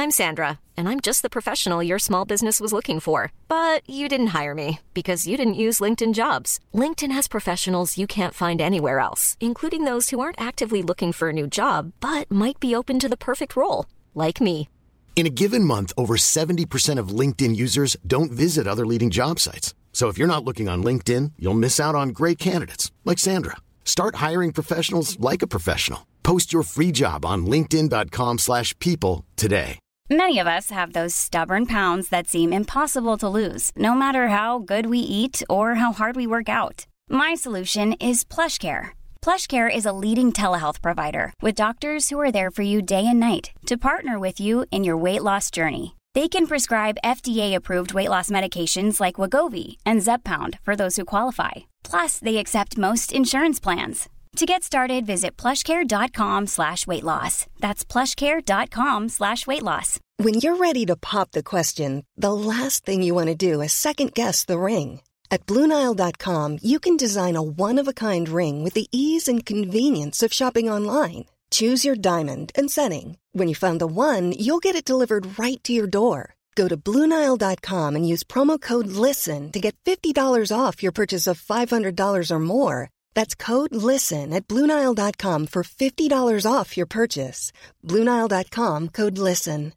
I'm Sandra, and I'm just the professional your small business was looking for. But you didn't hire me because you didn't use LinkedIn Jobs. LinkedIn has professionals you can't find anywhere else, including those who aren't actively looking for a new job, but might be open to the perfect role, like me. In a given month, over 70% of LinkedIn users don't visit other leading job sites. So if you're not looking on LinkedIn, you'll miss out on great candidates like Sandra. Start hiring professionals like a professional. Post your free job on linkedin.com/people today. Many of us have those stubborn pounds that seem impossible to lose, no matter how good we eat or how hard we work out. My solution is PlushCare. PlushCare is a leading telehealth provider with doctors who are there for you day and night to partner with you in your weight loss journey. They can prescribe FDA-approved weight loss medications like Wegovy and Zepbound for those who qualify. Plus, they accept most insurance plans. To get started, visit plushcare.com/weightloss. That's plushcare.com/weightloss. When you're ready to pop the question, the last thing you want to do is second-guess the ring. At BlueNile.com, you can design a one-of-a-kind ring with the ease and convenience of shopping online. Choose your diamond and setting. When you find the one, you'll get it delivered right to your door. Go to BlueNile.com and use promo code LISTEN to get $50 off your purchase of $500 or more. That's code LISTEN at BlueNile.com for $50 off your purchase. BlueNile.com, code LISTEN.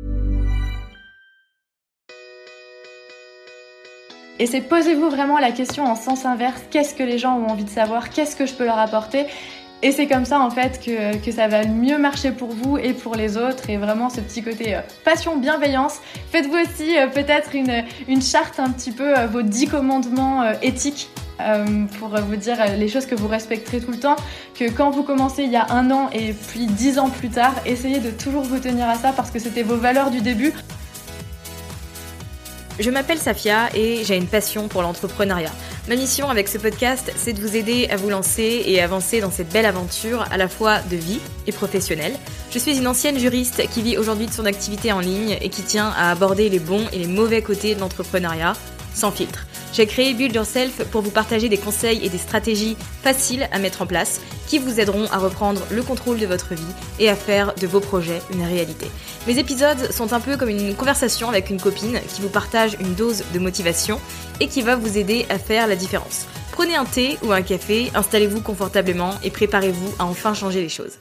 Et c'est posez-vous vraiment la question en sens inverse. Qu'est-ce que les gens ont envie de savoir? Qu'est-ce que je peux leur apporter? Et c'est comme ça en fait que ça va mieux marcher pour vous et pour les autres. Et vraiment ce petit côté passion, bienveillance. Faites-vous aussi peut-être une charte un petit peu, vos 10 commandements éthiques. Pour vous dire les choses que vous respecterez tout le temps, que quand vous commencez il y a 1 an et puis 10 ans plus tard, essayez de toujours vous tenir à ça parce que c'était vos valeurs du début. Je m'appelle Safia et j'ai une passion pour l'entrepreneuriat. Ma mission avec ce podcast, c'est de vous aider à vous lancer et avancer dans cette belle aventure à la fois de vie et professionnelle. Je suis une ancienne juriste qui vit aujourd'hui de son activité en ligne et qui tient à aborder les bons et les mauvais côtés de l'entrepreneuriat sans filtre. J'ai créé Build Yourself pour vous partager des conseils et des stratégies faciles à mettre en place qui vous aideront à reprendre le contrôle de votre vie et à faire de vos projets une réalité. Mes épisodes sont un peu comme une conversation avec une copine qui vous partage une dose de motivation et qui va vous aider à faire la différence. Prenez un thé ou un café, installez-vous confortablement et préparez-vous à enfin changer les choses.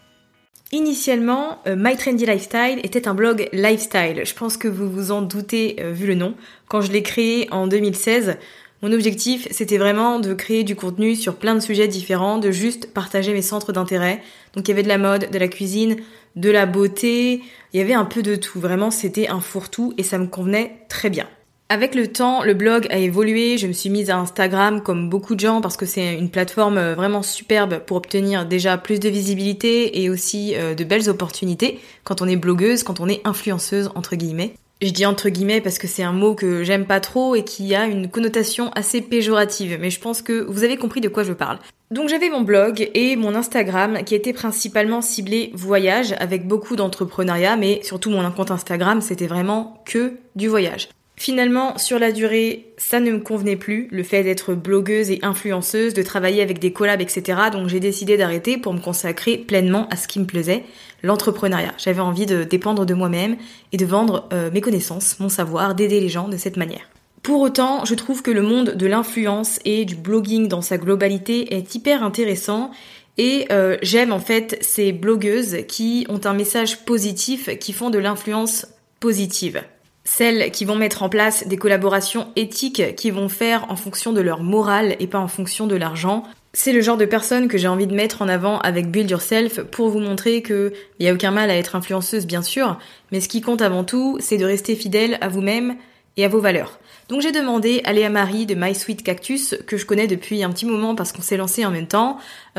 Initialement, My Trendy Lifestyle était un blog lifestyle. Je pense que vous vous en doutez vu le nom. Quand je l'ai créé en 2016, mon objectif c'était vraiment de créer du contenu sur plein de sujets différents, de juste partager mes centres d'intérêt. Donc il y avait de la mode, de la cuisine, de la beauté, il y avait un peu de tout. Vraiment c'était un fourre-tout et ça me convenait très bien. Avec le temps, le blog a évolué, je me suis mise à Instagram comme beaucoup de gens parce que c'est une plateforme vraiment superbe pour obtenir déjà plus de visibilité et aussi de belles opportunités quand on est blogueuse, quand on est influenceuse entre guillemets. Je dis entre guillemets parce que c'est un mot que j'aime pas trop et qui a une connotation assez péjorative, mais je pense que vous avez compris de quoi je parle. Donc j'avais mon blog et mon Instagram qui était principalement ciblé voyage avec beaucoup d'entrepreneuriat, mais surtout mon compte Instagram c'était vraiment que du voyage. Finalement, sur la durée, ça ne me convenait plus, le fait d'être blogueuse et influenceuse, de travailler avec des collabs, etc. Donc j'ai décidé d'arrêter pour me consacrer pleinement à ce qui me plaisait, l'entrepreneuriat. J'avais envie de dépendre de moi-même et de vendre mes connaissances, mon savoir, d'aider les gens de cette manière. Pour autant, je trouve que le monde de l'influence et du blogging dans sa globalité est hyper intéressant et j'aime en fait ces blogueuses qui ont un message positif, qui font de l'influence positive. Celles qui vont mettre en place des collaborations éthiques qui vont faire en fonction de leur morale et pas en fonction de l'argent. C'est le genre de personnes que j'ai envie de mettre en avant avec Build Yourself pour vous montrer qu'il n'y a aucun mal à être influenceuse bien sûr, mais ce qui compte avant tout, c'est de rester fidèle à vous-même et à vos valeurs. Donc j'ai demandé à Léa Marie de My Sweet Cactus, que je connais depuis un petit moment parce qu'on s'est lancé en même temps,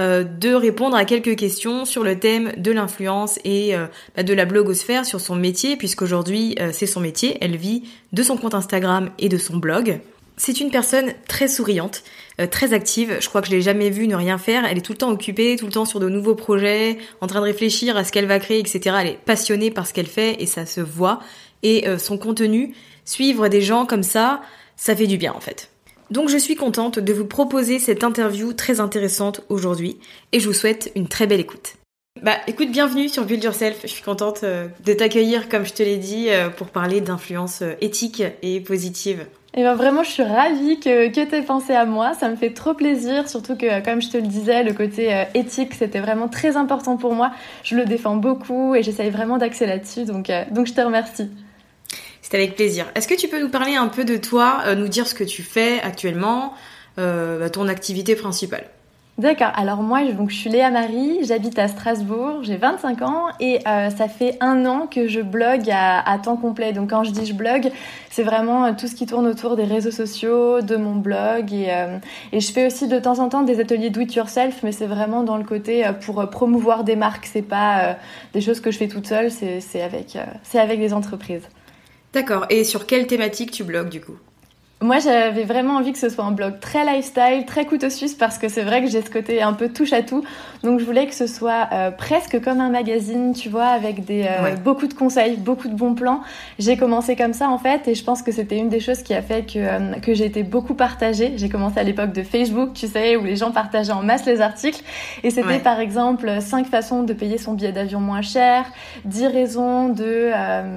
de répondre à quelques questions sur le thème de l'influence et de la blogosphère sur son métier, puisqu'aujourd'hui c'est son métier, elle vit de son compte Instagram et de son blog. C'est une personne très souriante, très active, je crois que je l'ai jamais vue ne rien faire, elle est tout le temps occupée, tout le temps sur de nouveaux projets, en train de réfléchir à ce qu'elle va créer, etc. Elle est passionnée par ce qu'elle fait et ça se voit, et son contenu, suivre des gens comme ça fait du bien en fait. Donc je suis contente de vous proposer cette interview très intéressante aujourd'hui et je vous souhaite une très belle écoute. Bah écoute, bienvenue sur Build Yourself. Je suis contente de t'accueillir, comme je te l'ai dit, pour parler d'influence éthique et positive. Et ben vraiment, je suis ravie que t'aies pensé à moi. Ça me fait trop plaisir, surtout que, comme je te le disais, le côté éthique, c'était vraiment très important pour moi. Je le défends beaucoup et j'essaye vraiment d'axer là-dessus, donc je te remercie. C'est avec plaisir. Est-ce que tu peux nous parler un peu de toi, nous dire ce que tu fais actuellement, ton activité principale? D'accord, alors moi je suis Léa Marie, j'habite à Strasbourg, j'ai 25 ans et ça fait 1 an que je blogue à temps complet. Donc quand je dis je blogue, c'est vraiment tout ce qui tourne autour des réseaux sociaux, de mon blog et je fais aussi de temps en temps des ateliers do it yourself, mais c'est vraiment dans le côté pour promouvoir des marques, c'est pas des choses que je fais toute seule, c'est avec des entreprises. D'accord, et sur quelle thématique tu blogues du coup ? Moi, j'avais vraiment envie que ce soit un blog très lifestyle, très couteau suisse, parce que c'est vrai que j'ai ce côté un peu touche à tout. Donc, je voulais que ce soit presque comme un magazine, tu vois, avec beaucoup de conseils, beaucoup de bons plans. J'ai commencé comme ça, en fait, et je pense que c'était une des choses qui a fait que j'ai été beaucoup partagée. J'ai commencé à l'époque de Facebook, tu sais, où les gens partageaient en masse les articles. Et c'était, par exemple, 5 façons de payer son billet d'avion moins cher, 10 raisons de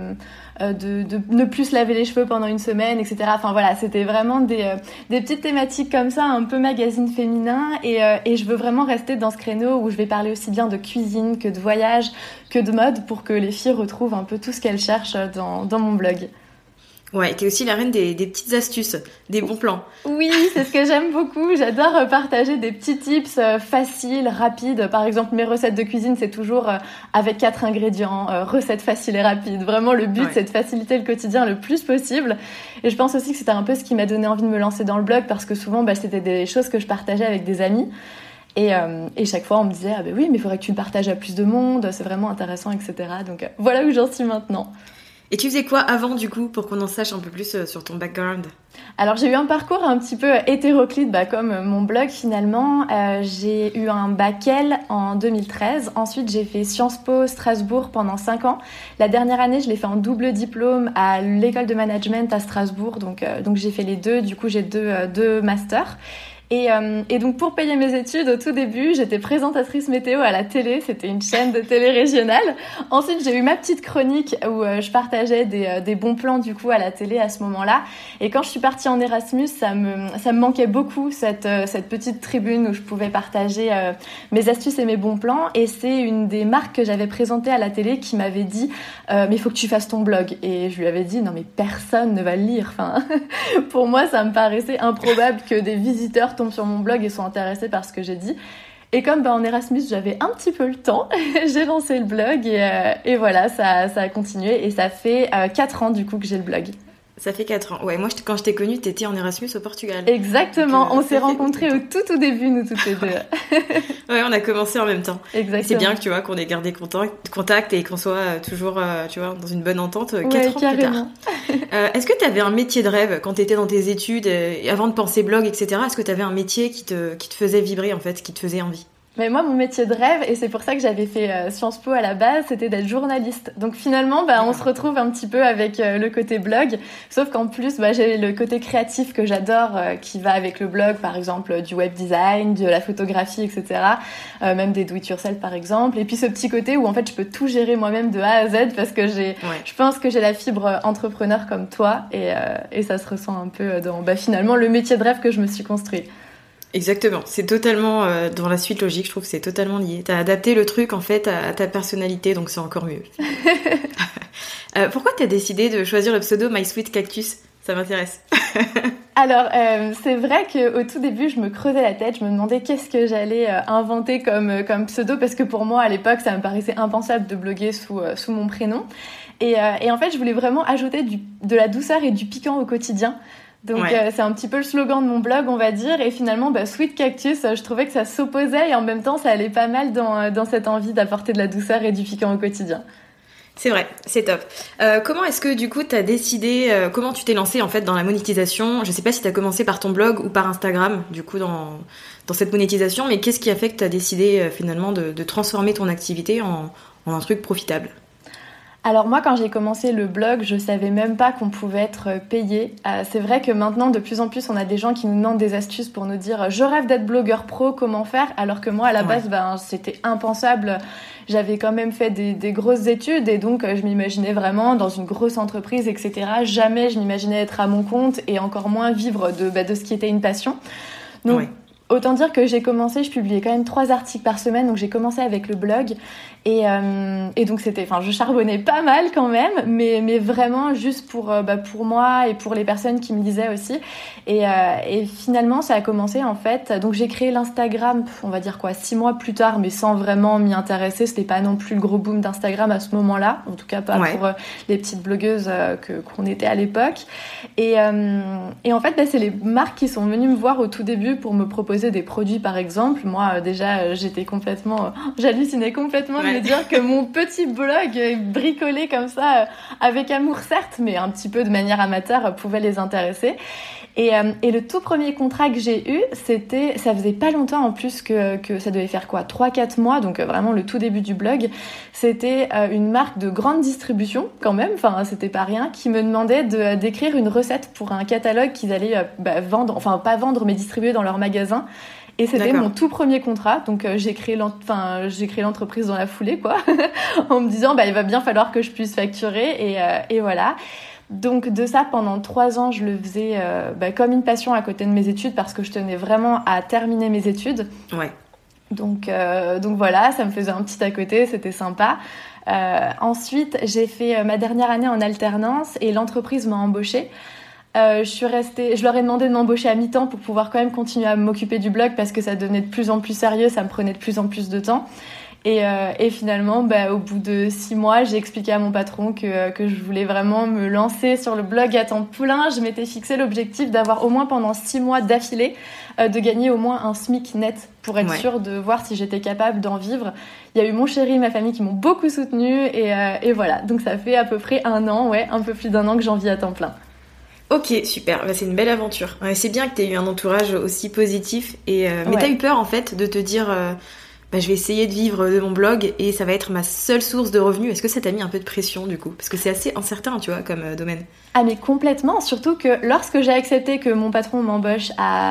ne plus se laver les cheveux pendant une semaine, etc. Enfin voilà, c'était vraiment des petites thématiques comme ça, un peu magazine féminin et je veux vraiment rester dans ce créneau où je vais parler aussi bien de cuisine que de voyage, que de mode pour que les filles retrouvent un peu tout ce qu'elles cherchent dans mon blog. Ouais, t'es aussi la reine des petites astuces, des bons plans. Oui, c'est ce que j'aime beaucoup. J'adore partager des petits tips faciles, rapides. Par exemple, mes recettes de cuisine, c'est toujours avec 4 ingrédients, recettes faciles et rapides. Vraiment, le but, c'est de faciliter le quotidien le plus possible. Et je pense aussi que c'était un peu ce qui m'a donné envie de me lancer dans le blog parce que souvent, c'était des choses que je partageais avec des amis. Et chaque fois, on me disait « Ah ben oui, mais il faudrait que tu le partages à plus de monde, c'est vraiment intéressant, etc. » Donc voilà où j'en suis maintenant. Et tu faisais quoi avant du coup pour qu'on en sache un peu plus sur ton background ? Alors j'ai eu un parcours un petit peu hétéroclite comme mon blog finalement. J'ai eu un bac L en 2013. Ensuite j'ai fait Sciences Po Strasbourg pendant 5 ans. La dernière année je l'ai fait en double diplôme à l'école de management à Strasbourg. Donc j'ai fait les deux. Du coup j'ai deux masters. Et donc pour payer mes études, au tout début, j'étais présentatrice météo à la télé, c'était une chaîne de télé régionale. Ensuite, j'ai eu ma petite chronique où je partageais des bons plans du coup à la télé à ce moment-là. Et quand je suis partie en Erasmus, ça me manquait beaucoup cette petite tribune où je pouvais partager mes astuces et mes bons plans. Et c'est une des marques que j'avais présentées à la télé qui m'avait dit mais il faut que tu fasses ton blog. Et je lui avais dit non mais personne ne va le lire. Enfin, pour moi, ça me paraissait improbable que des visiteurs tombent sur mon blog et sont intéressés par ce que j'ai dit. Et comme en Erasmus, j'avais un petit peu le temps, j'ai lancé le blog et voilà, ça a continué. Et ça fait 4 ans du coup que j'ai le blog. Ça fait 4 ans. Ouais, moi, quand je t'ai connue, t'étais en Erasmus au Portugal. Exactement. Donc, on s'est rencontrés au tout début, nous toutes les deux. Ouais, on a commencé en même temps. Exactement. C'est bien que tu vois qu'on ait gardé contact et qu'on soit toujours, tu vois, dans une bonne entente 4 ans carrément. Plus tard. Est-ce que t'avais un métier de rêve quand t'étais dans tes études, avant de penser blog, etc. Est-ce que t'avais un métier qui te faisait vibrer en fait, qui te faisait envie? Mais moi, mon métier de rêve, et c'est pour ça que j'avais fait Sciences Po à la base, c'était d'être journaliste. Donc finalement, on se retrouve un petit peu avec le côté blog, sauf qu'en plus, j'ai le côté créatif que j'adore, qui va avec le blog, par exemple du web design, de la photographie, etc. Même des do-it-yourself, par exemple. Et puis ce petit côté où en fait, je peux tout gérer moi-même de A à Z parce que je pense que j'ai la fibre entrepreneur comme toi, et ça se ressent un peu dans finalement le métier de rêve que je me suis construit. Exactement, c'est totalement dans la suite logique, je trouve que c'est totalement lié. T'as adapté le truc en fait à ta personnalité, donc c'est encore mieux. Pourquoi t'as décidé de choisir le pseudo My Sweet Cactus ? Ça m'intéresse. Alors, c'est vrai qu'au tout début, je me creusais la tête, je me demandais qu'est-ce que j'allais inventer comme pseudo, parce que pour moi, à l'époque, ça me paraissait impensable de bloguer sous mon prénom. Et en fait, je voulais vraiment ajouter de la douceur et du piquant au quotidien. Donc c'est un petit peu le slogan de mon blog, on va dire, et finalement Sweet Cactus, je trouvais que ça s'opposait et en même temps ça allait pas mal dans cette envie d'apporter de la douceur et du piquant au quotidien. C'est vrai, c'est top. Comment est-ce que du coup t'as décidé, comment tu t'es lancée en fait dans la monétisation ? Je sais pas si t'as commencé par ton blog ou par Instagram, du coup dans cette monétisation, mais qu'est-ce qui a fait que t'as décidé finalement de transformer ton activité en un truc profitable ? Alors moi, quand j'ai commencé le blog, je savais même pas qu'on pouvait être payé. C'est vrai que maintenant, de plus en plus, on a des gens qui nous demandent des astuces pour nous dire « Je rêve d'être blogueur pro, comment faire ?» Alors que moi, à la base, c'était impensable. J'avais quand même fait des grosses études et donc je m'imaginais vraiment dans une grosse entreprise, etc. Jamais je m'imaginais être à mon compte et encore moins vivre de ce qui était une passion. Donc, autant dire que j'ai commencé, je publiais quand même 3 articles par semaine, donc j'ai commencé avec le blog et donc je charbonnais pas mal quand même, mais vraiment juste pour moi et pour les personnes qui me lisaient aussi. Et finalement, ça a commencé en fait. Donc j'ai créé l'Instagram, on va dire 6 mois plus tard, mais sans vraiment m'y intéresser. C'était pas non plus le gros boom d'Instagram à ce moment-là, en tout cas pas pour les petites blogueuses qu'on était à l'époque. Et en fait, c'est les marques qui sont venues me voir au tout début pour me proposer des produits, par exemple. Moi, déjà, j'hallucinais complètement de me dire que mon petit blog bricolé comme ça, avec amour certes, mais un petit peu de manière amateur, pouvait les intéresser. Et le tout premier contrat que j'ai eu, ça faisait pas longtemps en plus que ça devait faire 3-4 mois, donc vraiment le tout début du blog. C'était une marque de grande distribution quand même, c'était pas rien, qui me demandait d'écrire une recette pour un catalogue qu'ils allaient vendre, pas vendre mais distribuer dans leur magasin. Et c'était mon tout premier contrat, donc j'ai créé l'entreprise dans la foulée, en me disant il va bien falloir que je puisse facturer et voilà. Donc de ça, pendant 3 ans, je le faisais comme une passion à côté de mes études parce que je tenais vraiment à terminer mes études. Ouais. Donc voilà, ça me faisait un petit à côté, c'était sympa. Ensuite, j'ai fait ma dernière année en alternance et l'entreprise m'a embauchée. Je leur ai demandé de m'embaucher à mi-temps pour pouvoir quand même continuer à m'occuper du blog parce que ça devenait de plus en plus sérieux, ça me prenait de plus en plus de temps. Et finalement, au bout de 6 mois, j'ai expliqué à mon patron que je voulais vraiment me lancer sur le blog à temps plein. Je m'étais fixé l'objectif d'avoir au moins pendant 6 mois d'affilée, de gagner au moins un SMIC net pour être sûre de voir si j'étais capable d'en vivre. Il y a eu mon chéri et ma famille qui m'ont beaucoup soutenue et voilà. Donc ça fait à peu près 1 an, un peu plus d'1 an que j'en vis à temps plein. Ok, super, c'est une belle aventure. C'est bien que tu aies eu un entourage aussi positif. Mais t'as eu peur en fait de te dire je vais essayer de vivre de mon blog et ça va être ma seule source de revenus. Est-ce que ça t'a mis un peu de pression du coup ? Parce que c'est assez incertain, tu vois, comme domaine. Ah mais complètement, surtout que lorsque j'ai accepté que mon patron m'embauche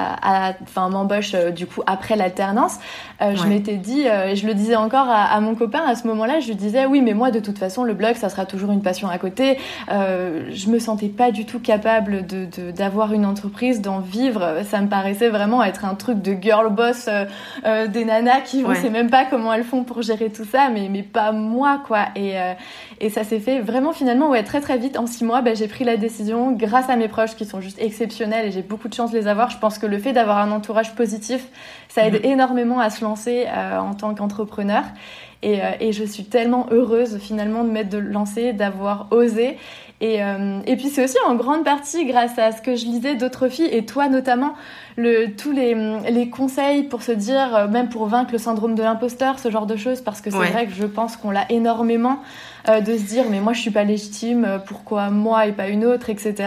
du coup après l'alternance, je m'étais dit, et je le disais encore à mon copain à ce moment-là, je lui disais oui mais moi de toute façon le blog ça sera toujours une passion à côté, je me sentais pas du tout capable d'avoir une entreprise, d'en vivre, ça me paraissait vraiment être un truc de girl boss, des nanas qui on sait même pas comment elles font pour gérer tout ça, mais pas moi quoi, et ça s'est fait vraiment finalement très très vite, en 6 mois j'ai pris la décision grâce à mes proches qui sont juste exceptionnels et j'ai beaucoup de chance de les avoir. Je pense que le fait d'avoir un entourage positif, ça aide énormément à se lancer en tant qu'entrepreneur et je suis tellement heureuse finalement de m'être lancée, d'avoir osé et puis c'est aussi en grande partie grâce à ce que je lisais d'autres filles et toi notamment, tous les conseils pour se dire, même pour vaincre le syndrome de l'imposteur, ce genre de choses, parce que c'est vrai que je pense qu'on l'a énormément, de se dire mais moi je suis pas légitime, pourquoi moi et pas une autre, etc.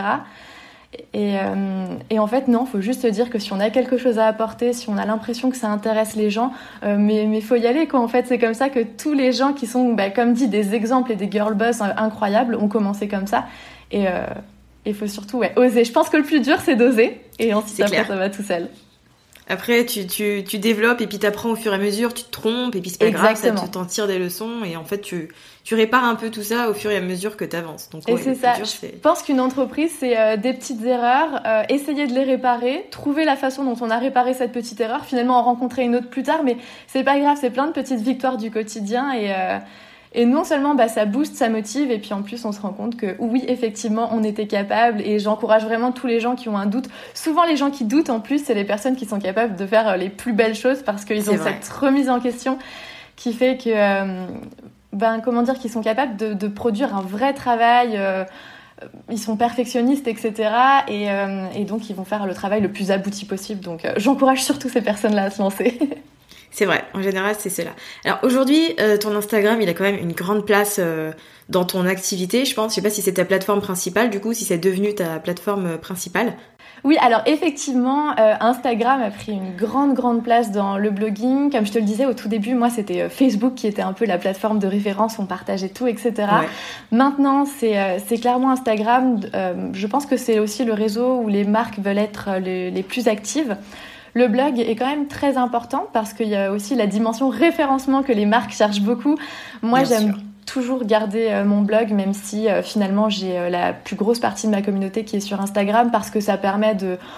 Et en fait non, faut juste se dire que si on a quelque chose à apporter, si on a l'impression que ça intéresse les gens, mais faut y aller quoi. En fait c'est comme ça que tous les gens qui sont comme dit des exemples et des girl boss incroyables ont commencé comme ça et il faut surtout oser. Je pense que le plus dur c'est d'oser et ensuite après ça va tout seul. Après, tu développes et puis t'apprends au fur et à mesure, tu te trompes et puis c'est pas grave, ça t'en tire des leçons et en fait tu répares un peu tout ça au fur et à mesure que t'avances. Donc, et c'est ça, je pense qu'une entreprise c'est des petites erreurs, essayer de les réparer, trouver la façon dont on a réparé cette petite erreur, finalement en rencontrer une autre plus tard, mais c'est pas grave, c'est plein de petites victoires du quotidien et non seulement ça booste, ça motive et puis en plus on se rend compte que oui effectivement on était capable et j'encourage vraiment tous les gens qui ont un doute. Souvent les gens qui doutent en plus c'est les personnes qui sont capables de faire les plus belles choses parce qu'ils ont cette remise en question qui fait que qu'ils sont capables de produire un vrai travail, ils sont perfectionnistes etc. et donc ils vont faire le travail le plus abouti possible donc j'encourage surtout ces personnes-là à se lancer. C'est vrai, en général, c'est cela. Alors aujourd'hui, ton Instagram, il a quand même une grande place dans ton activité, je pense. Je sais pas si c'est ta plateforme principale, du coup, si c'est devenu ta plateforme principale. Oui, alors effectivement, Instagram a pris une grande place dans le blogging. Comme je te le disais au tout début, moi, c'était Facebook qui était un peu la plateforme de référence, on partageait tout, etc. Ouais. Maintenant, c'est clairement Instagram. Je pense que c'est aussi le réseau où les marques veulent être les plus actives. Le blog est quand même très important parce qu'il y a aussi la dimension référencement que les marques cherchent beaucoup. Moi, j'aime toujours garder mon blog, même si finalement j'ai la plus grosse partie de ma communauté qui est sur Instagram, parce que ça permet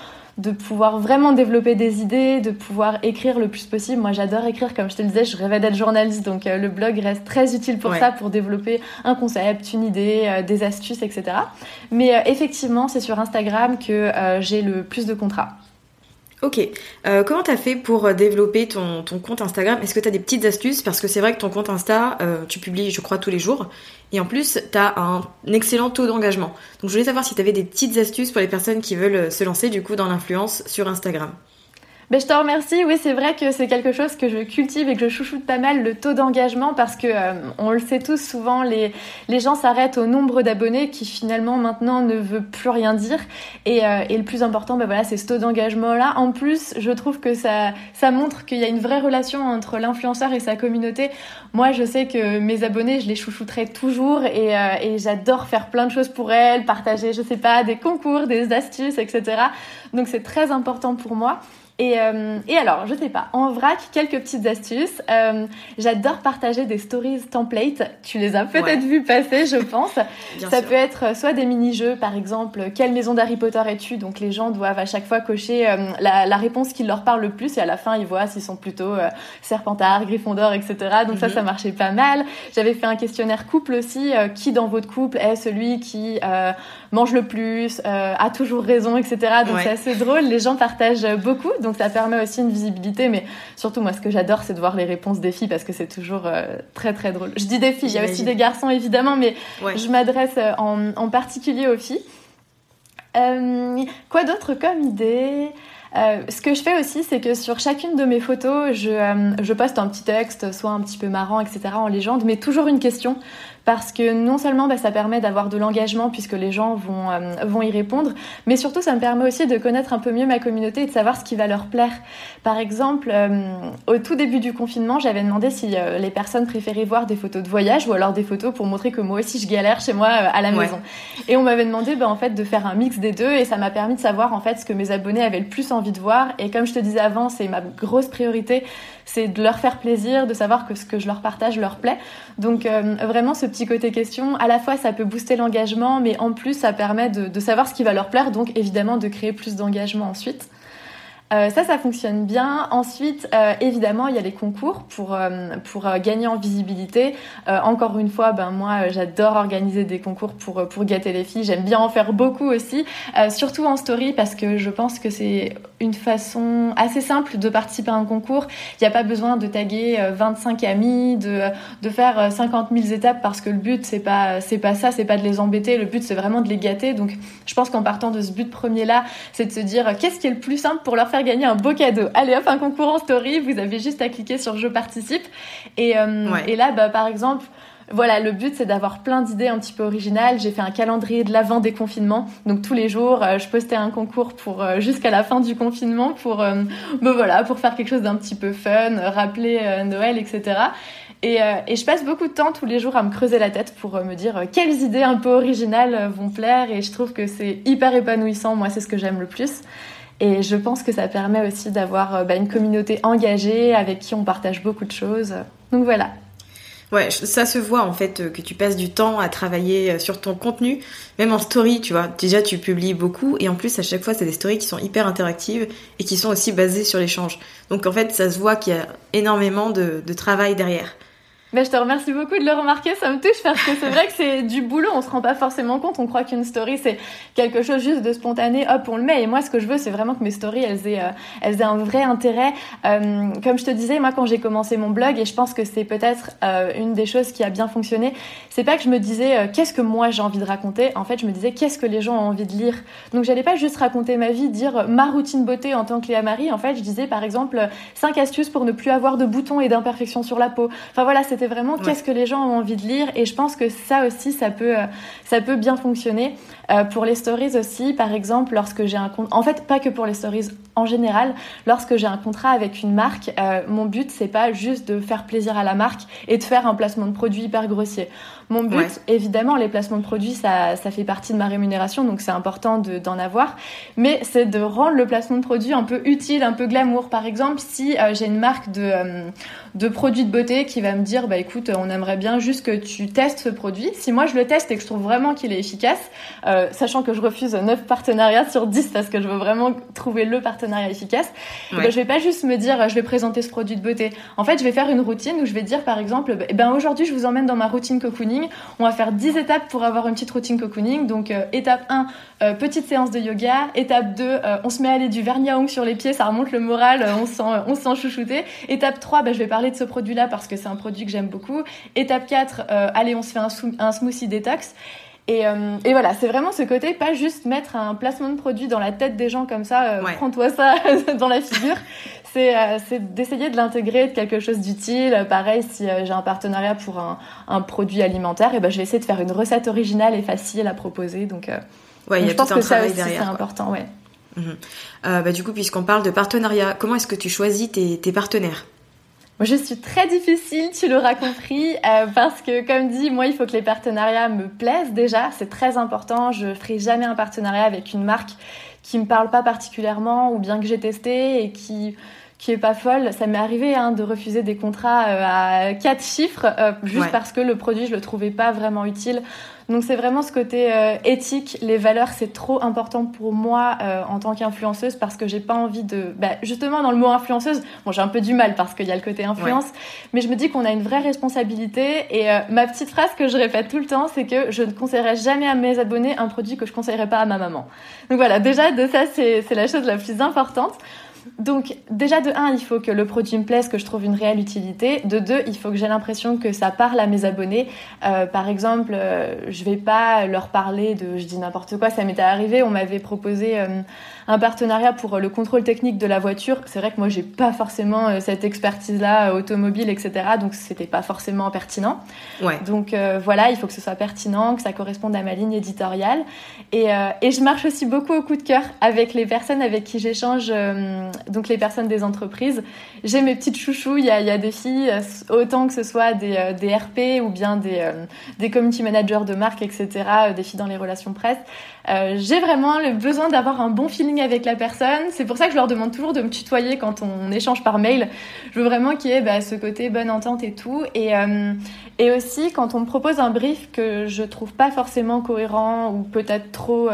de pouvoir vraiment développer des idées, de pouvoir écrire le plus possible. Moi, j'adore écrire, comme je te le disais, je rêvais d'être journaliste, donc le blog reste très utile pour ça, pour développer un concept, une idée, des astuces, etc. Mais effectivement, c'est sur Instagram que j'ai le plus de contrats. Ok. Comment t'as fait pour développer ton compte Instagram ? Est-ce que t'as des petites astuces ? Parce que c'est vrai que ton compte Insta, tu publies, je crois, tous les jours. Et en plus, t'as un excellent taux d'engagement. Donc, je voulais savoir si t'avais des petites astuces pour les personnes qui veulent se lancer, du coup, dans l'influence sur Instagram. Ben, je te remercie. Oui, c'est vrai que c'est quelque chose que je cultive et que je chouchoute pas mal, le taux d'engagement, parce que on le sait tous, souvent les gens s'arrêtent au nombre d'abonnés qui finalement maintenant ne veut plus rien dire. Et le plus important, ben voilà, c'est ce taux d'engagement-là. En plus, je trouve que ça montre qu'il y a une vraie relation entre l'influenceur et sa communauté. Moi, je sais que mes abonnés, je les chouchouterai toujours et j'adore faire plein de choses pour elles, partager, je sais pas, des concours, des astuces, etc. Donc c'est très important pour moi. Et alors, je sais pas, en vrac, quelques petites astuces. J'adore partager des stories templates. Tu les as peut-être vues passer, je pense. Ça peut être soit des mini-jeux, par exemple, quelle maison d'Harry Potter es-tu ? Donc les gens doivent à chaque fois cocher la réponse qui leur parle le plus, et à la fin, ils voient s'ils sont plutôt Serpentard, Gryffondor, etc. Donc ça marchait pas mal. J'avais fait un questionnaire couple aussi. Qui dans votre couple est celui qui mange le plus, a toujours raison, etc. Donc c'est assez drôle. Les gens partagent beaucoup. Donc ça permet aussi une visibilité, mais surtout moi ce que j'adore c'est de voir les réponses des filles parce que c'est toujours très très drôle. Je dis des filles, il y a aussi des garçons évidemment, mais je m'adresse en particulier aux filles. Quoi d'autre comme idée ? Ce que je fais aussi, c'est que sur chacune de mes photos, je poste un petit texte, soit un petit peu marrant, etc., en légende, mais toujours une question, parce que non seulement ça permet d'avoir de l'engagement puisque les gens vont y répondre, mais surtout ça me permet aussi de connaître un peu mieux ma communauté et de savoir ce qui va leur plaire. Par exemple, au tout début du confinement, j'avais demandé si les personnes préféraient voir des photos de voyage ou alors des photos pour montrer que moi aussi je galère chez moi à la maison. Et on m'avait demandé en fait de faire un mix des deux et ça m'a permis de savoir en fait ce que mes abonnés avaient le plus envie de voir. Et comme je te disais avant, c'est ma grosse priorité, c'est de leur faire plaisir, de savoir que ce que je leur partage leur plaît. Donc vraiment ce petit côté question, à la fois ça peut booster l'engagement, mais en plus ça permet de savoir ce qui va leur plaire, donc évidemment de créer plus d'engagement ensuite. Ça fonctionne bien. Ensuite, évidemment, il y a les concours pour gagner en visibilité. Encore une fois, moi, j'adore organiser des concours pour gâter les filles. J'aime bien en faire beaucoup aussi, surtout en story, parce que je pense que c'est une façon assez simple de participer à un concours. Il n'y a pas besoin de taguer 25 amis, de faire 50 000 étapes, parce que le but, c'est pas ça, c'est pas de les embêter. Le but, c'est vraiment de les gâter. Donc, je pense qu'en partant de ce but premier-là, c'est de se dire qu'est-ce qui est le plus simple pour leur faire gagner un beau cadeau. Allez hop, un concours en story, vous avez juste à cliquer sur je participe et là par exemple voilà, le but c'est d'avoir plein d'idées un petit peu originales. J'ai fait un calendrier de l'avant des confinements, donc tous les jours je postais un concours pour jusqu'à la fin du confinement pour faire quelque chose d'un petit peu fun, rappeler Noël, etc. Et je passe beaucoup de temps tous les jours à me creuser la tête pour me dire quelles idées un peu originales vont plaire, et je trouve que c'est hyper épanouissant. Moi, c'est ce que j'aime le plus. Et je pense que ça permet aussi d'avoir une communauté engagée avec qui on partage beaucoup de choses. Donc voilà. Ouais, ça se voit en fait que tu passes du temps à travailler sur ton contenu, même en story, tu vois. Déjà, tu publies beaucoup et en plus, à chaque fois, c'est des stories qui sont hyper interactives et qui sont aussi basées sur l'échange. Donc en fait, ça se voit qu'il y a énormément de travail derrière. Mais je te remercie beaucoup de le remarquer, ça me touche parce que c'est vrai que c'est du boulot, on se rend pas forcément compte, on croit qu'une story c'est quelque chose juste de spontané, hop on le met, et moi ce que je veux c'est vraiment que mes stories elles aient un vrai intérêt. Comme je te disais, moi quand j'ai commencé mon blog, et je pense que c'est peut-être une des choses qui a bien fonctionné, c'est pas que je me disais qu'est-ce que moi j'ai envie de raconter, en fait je me disais qu'est-ce que les gens ont envie de lire. Donc j'allais pas juste raconter ma vie, dire ma routine beauté en tant que Léa Marie, en fait je disais par exemple 5 astuces pour ne plus avoir de boutons et d'imperfections sur la peau. Enfin voilà, c'était vraiment qu'est-ce que les gens ont envie de lire, et je pense que ça aussi ça peut bien fonctionner. Pour les stories aussi, par exemple, lorsque j'ai un compte, en fait pas que pour les stories, en général, lorsque j'ai un contrat avec une marque, mon but c'est pas juste de faire plaisir à la marque et de faire un placement de produit hyper grossier. Mon but, évidemment, les placements de produits, ça fait partie de ma rémunération, donc c'est important d'en avoir, mais c'est de rendre le placement de produit un peu utile, un peu glamour. Par exemple, si j'ai une marque de produits de beauté qui va me dire, bah écoute, on aimerait bien juste que tu testes ce produit. Si moi je le teste et que je trouve vraiment qu'il est efficace, sachant que je refuse 9 partenariats sur 10 parce que je veux vraiment trouver le partenariat efficace, ben, je vais pas juste me dire je vais présenter ce produit de beauté. En fait, je vais faire une routine où je vais dire par exemple, aujourd'hui je vous emmène dans ma routine cocooning. On va faire 10 étapes pour avoir une petite routine cocooning. Donc étape 1, petite séance de yoga. Étape 2, on se met à aller du vernis à ongles sur les pieds, ça remonte le moral, on se sent chouchouté. Étape 3, je vais parler de ce produit-là parce que c'est un produit que j'aime beaucoup. Étape 4, allez, on se fait un smoothie détox. Et voilà, c'est vraiment ce côté, pas juste mettre un placement de produit dans la tête des gens comme ça, prends-toi ça dans la figure. C'est d'essayer de l'intégrer, de quelque chose d'utile. Pareil, si j'ai un partenariat pour un produit alimentaire, et je vais essayer de faire une recette originale et facile à proposer. Donc, je pense que ça aussi derrière, c'est important, ouais. Du coup, puisqu'on parle de partenariat, comment est-ce que tu choisis tes partenaires ? Je suis très difficile, tu l'auras compris, parce que comme dit, moi il faut que les partenariats me plaisent déjà, c'est très important. Je ferai jamais un partenariat avec une marque qui me parle pas particulièrement ou bien que j'ai testé et qui est pas folle. Ça m'est arrivé de refuser des contrats à 4 chiffres juste parce que le produit je le trouvais pas vraiment utile. Donc c'est vraiment ce côté éthique, les valeurs, c'est trop important pour moi en tant qu'influenceuse, parce que j'ai pas envie de... justement dans le mot influenceuse, j'ai un peu du mal parce qu'il y a le côté influence, mais je me dis qu'on a une vraie responsabilité, et ma petite phrase que je répète tout le temps, c'est que je ne conseillerais jamais à mes abonnés un produit que je conseillerais pas à ma maman. Donc voilà, déjà de ça c'est la chose la plus importante. Donc déjà de 1, il faut que le produit me plaise, que je trouve une réelle utilité. De 2, il faut que j'ai l'impression que ça parle à mes abonnés. Par exemple, je vais pas leur parler je dis n'importe quoi, ça m'était arrivé, on m'avait proposé un partenariat pour le contrôle technique de la voiture. C'est vrai que moi j'ai pas forcément cette expertise-là automobile, etc. Donc c'était pas forcément pertinent. Donc voilà, il faut que ce soit pertinent, que ça corresponde à ma ligne éditoriale. Et je marche aussi beaucoup au coup de cœur avec les personnes avec qui j'échange, donc les personnes des entreprises. J'ai mes petites chouchous, il y a des filles, autant que ce soit des RP ou bien des community managers de marque, etc., des filles dans les relations presse. J'ai vraiment le besoin d'avoir un bon feeling avec la personne. C'est pour ça que je leur demande toujours de me tutoyer quand on échange par mail. Je veux vraiment qu'il y ait ce côté bonne entente et tout. Et aussi, quand on me propose un brief que je trouve pas forcément cohérent ou peut-être trop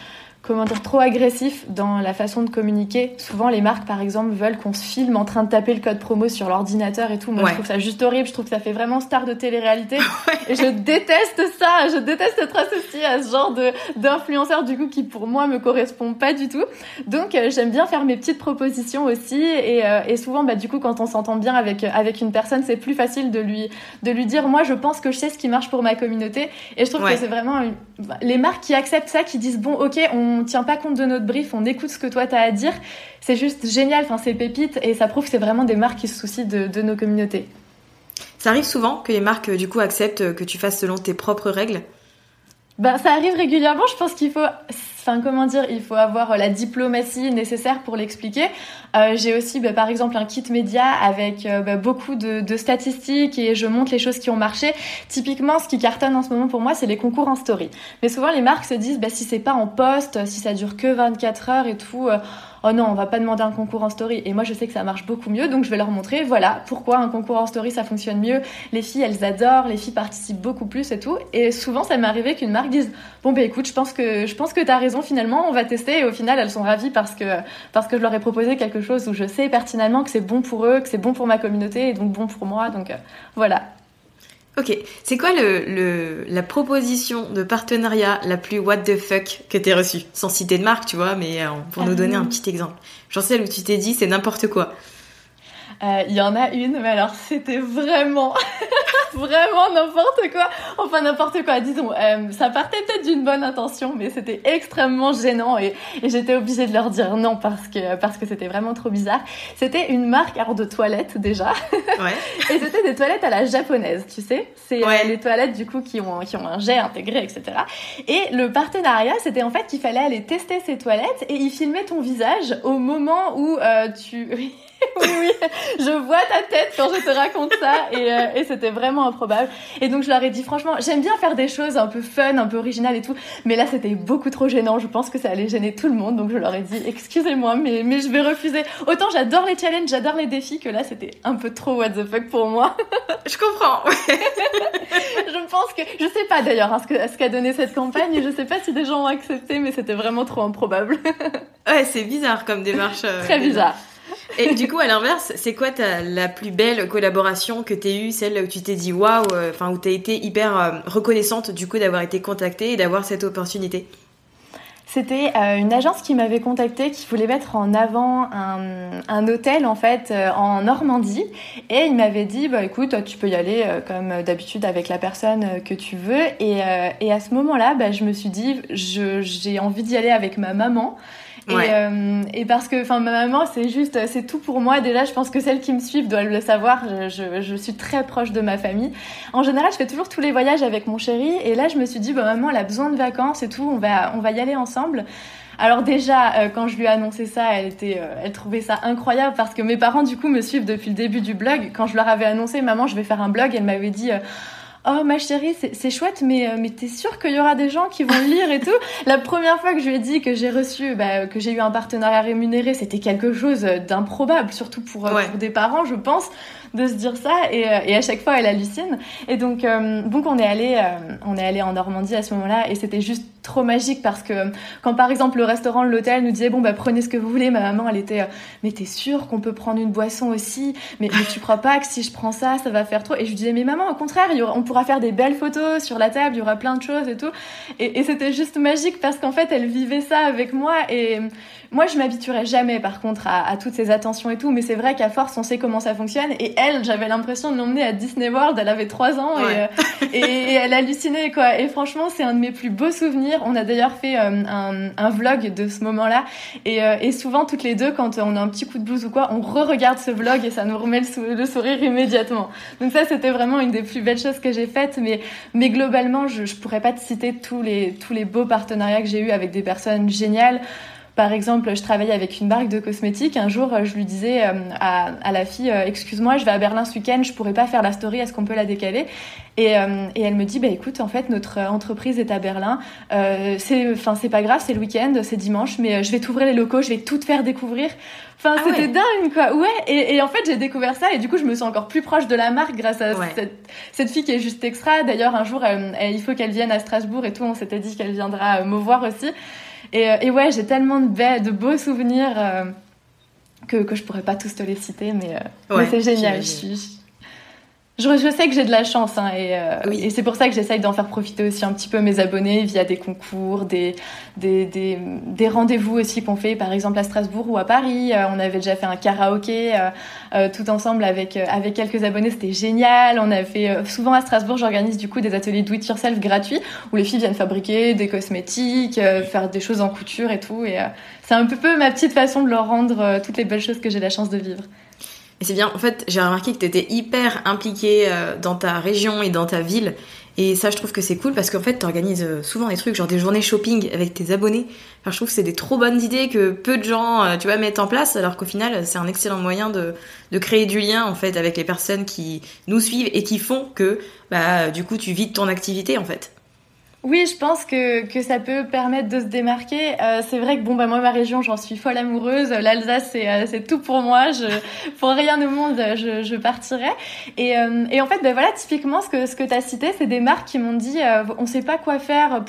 agressif dans la façon de communiquer. Souvent, les marques, par exemple, veulent qu'on se filme en train de taper le code promo sur l'ordinateur et tout. Moi, je trouve ça juste horrible. Je trouve que ça fait vraiment star de télé-réalité. Et je déteste ça. Je déteste être associée à ce genre d'influenceur, du coup, qui, pour moi, me correspond pas du tout. Donc, j'aime bien faire mes petites propositions aussi. Et souvent, du coup, quand on s'entend bien avec une personne, c'est plus facile de lui dire, moi, je pense que je sais ce qui marche pour ma communauté. Et je trouve que c'est vraiment les marques qui acceptent ça, qui disent, bon, ok, on tient pas compte de notre brief, on écoute ce que toi t'as à dire, c'est juste génial, c'est pépite, et ça prouve que c'est vraiment des marques qui se soucient de nos communautés. Ça arrive souvent que les marques du coup acceptent que tu fasses selon tes propres règles ? Ça arrive régulièrement, je pense qu'il faut... il faut avoir la diplomatie nécessaire pour l'expliquer. J'ai aussi, par exemple, un kit média avec beaucoup de statistiques, et je montre les choses qui ont marché. Typiquement, ce qui cartonne en ce moment pour moi, c'est les concours en story. Mais souvent, les marques se disent, si c'est pas en post, si ça dure que 24 heures et tout... oh non, on va pas demander un concours en story. Et moi, je sais que ça marche beaucoup mieux, donc je vais leur montrer, voilà, pourquoi un concours en story, ça fonctionne mieux. Les filles, elles adorent, les filles participent beaucoup plus et tout. Et souvent, ça m'est arrivé qu'une marque dise, bon, écoute, je pense que t'as raison, finalement, on va tester. Et au final, elles sont ravies parce que je leur ai proposé quelque chose où je sais pertinemment que c'est bon pour eux, que c'est bon pour ma communauté et donc bon pour moi. Donc, voilà. Ok, c'est quoi la proposition de partenariat la plus what the fuck que t'aies reçue? Sans citer de marque, tu vois, mais pour nous donner un petit exemple. Genre celle où tu t'es dit c'est n'importe quoi. Il y en a une, mais alors c'était vraiment, vraiment n'importe quoi. Enfin n'importe quoi, disons. Ça partait peut-être d'une bonne intention, mais c'était extrêmement gênant et j'étais obligée de leur dire non parce que c'était vraiment trop bizarre. C'était une marque de toilettes déjà. Ouais. Et c'était des toilettes à la japonaise, tu sais. C'est les toilettes du coup qui ont un jet intégré, etc. Et le partenariat, c'était en fait qu'il fallait aller tester ces toilettes et ils filmaient ton visage au moment où tu... Oui, je vois ta tête quand je te raconte ça et c'était vraiment improbable. Et donc je leur ai dit franchement, j'aime bien faire des choses un peu fun, un peu originales et tout, mais là c'était beaucoup trop gênant. Je pense que ça allait gêner tout le monde, donc je leur ai dit excusez-moi, mais je vais refuser. Autant j'adore les challenges, j'adore les défis que là c'était un peu trop what the fuck pour moi. Je comprends. Je pense que je sais pas d'ailleurs ce qu'a donné cette campagne. Je sais pas si des gens ont accepté, mais c'était vraiment trop improbable. Ouais, c'est bizarre comme démarche. Très bizarre. Et du coup, à l'inverse, c'est quoi la plus belle collaboration que t'aies eue, celle où tu t'es dit waouh, enfin où t'as été hyper reconnaissante du coup d'avoir été contactée et d'avoir cette opportunité? C'était une agence qui m'avait contactée, qui voulait mettre en avant un hôtel en fait en Normandie, et il m'avait dit bah écoute, tu peux y aller comme d'habitude avec la personne que tu veux, et à ce moment-là, bah je me suis dit j'ai envie d'y aller avec ma maman. Ouais. Et parce que ma maman c'est tout pour moi. Déjà je pense que celles qui me suivent doivent le savoir, je suis très proche de ma famille. En général je fais toujours tous les voyages avec mon chéri, et là je me suis dit bah maman elle a besoin de vacances et tout, on va y aller ensemble. Alors déjà quand je lui ai annoncé ça, elle trouvait ça incroyable parce que mes parents du coup me suivent depuis le début du blog. Quand je leur avais annoncé maman je vais faire un blog, elle m'avait dit oh ma chérie, c'est chouette, mais t'es sûre qu'il y aura des gens qui vont le lire et tout? La première fois que je lui ai dit que que j'ai eu un partenariat rémunéré, c'était quelque chose d'improbable, surtout pour des parents, je pense, de se dire ça, et à chaque fois elle hallucine. Et donc on est allé en Normandie à ce moment-là, et c'était juste trop magique parce que quand par exemple le restaurant de l'hôtel nous disait bon bah prenez ce que vous voulez, ma maman elle était mais t'es sûre qu'on peut prendre une boisson aussi, mais tu crois pas que si je prends ça va faire trop? Et je lui disais mais maman au contraire, on pourra faire des belles photos sur la table, il y aura plein de choses et tout, et c'était juste magique parce qu'en fait elle vivait ça avec moi. Et moi je m'habituerai jamais par contre à toutes ces attentions et tout, mais c'est vrai qu'à force on sait comment ça fonctionne, et elle, j'avais l'impression de l'emmener à Disney World, elle avait 3 ans et elle hallucinait quoi. Et franchement c'est un de mes plus beaux souvenirs. On a d'ailleurs fait un vlog de ce moment-là, et souvent toutes les deux quand on a un petit coup de blues ou quoi, on re-regarde ce vlog et ça nous remet le sourire immédiatement. Donc ça c'était vraiment une des plus belles choses que j'ai faites, mais globalement je pourrais pas te citer tous les beaux partenariats que j'ai eu avec des personnes géniales. Par exemple, je travaillais avec une marque de cosmétiques. Un jour, je lui disais à la fille, excuse-moi, je vais à Berlin ce week-end, je pourrais pas faire la story, est-ce qu'on peut la décaler? Et elle me dit, bah écoute, en fait, notre entreprise est à Berlin. C'est pas grave, c'est le week-end, c'est dimanche, mais je vais t'ouvrir les locaux, je vais tout te faire découvrir. C'était dingue, quoi. Ouais. Et en fait, j'ai découvert ça, et du coup, je me sens encore plus proche de la marque grâce à cette fille qui est juste extra. D'ailleurs, un jour, il faut qu'elle vienne à Strasbourg et tout. On s'était dit qu'elle viendra me voir aussi. Et ouais, j'ai tellement de beaux souvenirs que je pourrais pas tous te les citer, mais c'est génial. Je sais que j'ai de la chance, hein, et c'est pour ça que j'essaye d'en faire profiter aussi un petit peu mes abonnés via des concours, des rendez-vous aussi qu'on fait, par exemple à Strasbourg ou à Paris. On avait déjà fait un karaoké tout ensemble avec quelques abonnés, c'était génial. On a fait souvent à Strasbourg, j'organise du coup des ateliers do it yourself gratuits où les filles viennent fabriquer des cosmétiques, faire des choses en couture et tout. Et c'est un peu ma petite façon de leur rendre toutes les belles choses que j'ai la chance de vivre. Et c'est bien, en fait, j'ai remarqué que t'étais hyper impliquée dans ta région et dans ta ville. Et ça, je trouve que c'est cool parce qu'en fait, t'organises souvent des trucs, genre des journées shopping avec tes abonnés. Enfin, je trouve que c'est des trop bonnes idées que peu de gens, mettent en place, alors qu'au final, c'est un excellent moyen de créer du lien, en fait, avec les personnes qui nous suivent et qui font que, du coup, tu vis de ton activité, en fait. Oui, je pense que ça peut permettre de se démarquer. C'est vrai que moi, ma région, j'en suis folle amoureuse. L'Alsace, c'est tout pour moi. Pour rien au monde, je partirais. Et en fait, voilà, typiquement, ce que t'as cité, c'est des marques qui m'ont dit, on sait pas quoi faire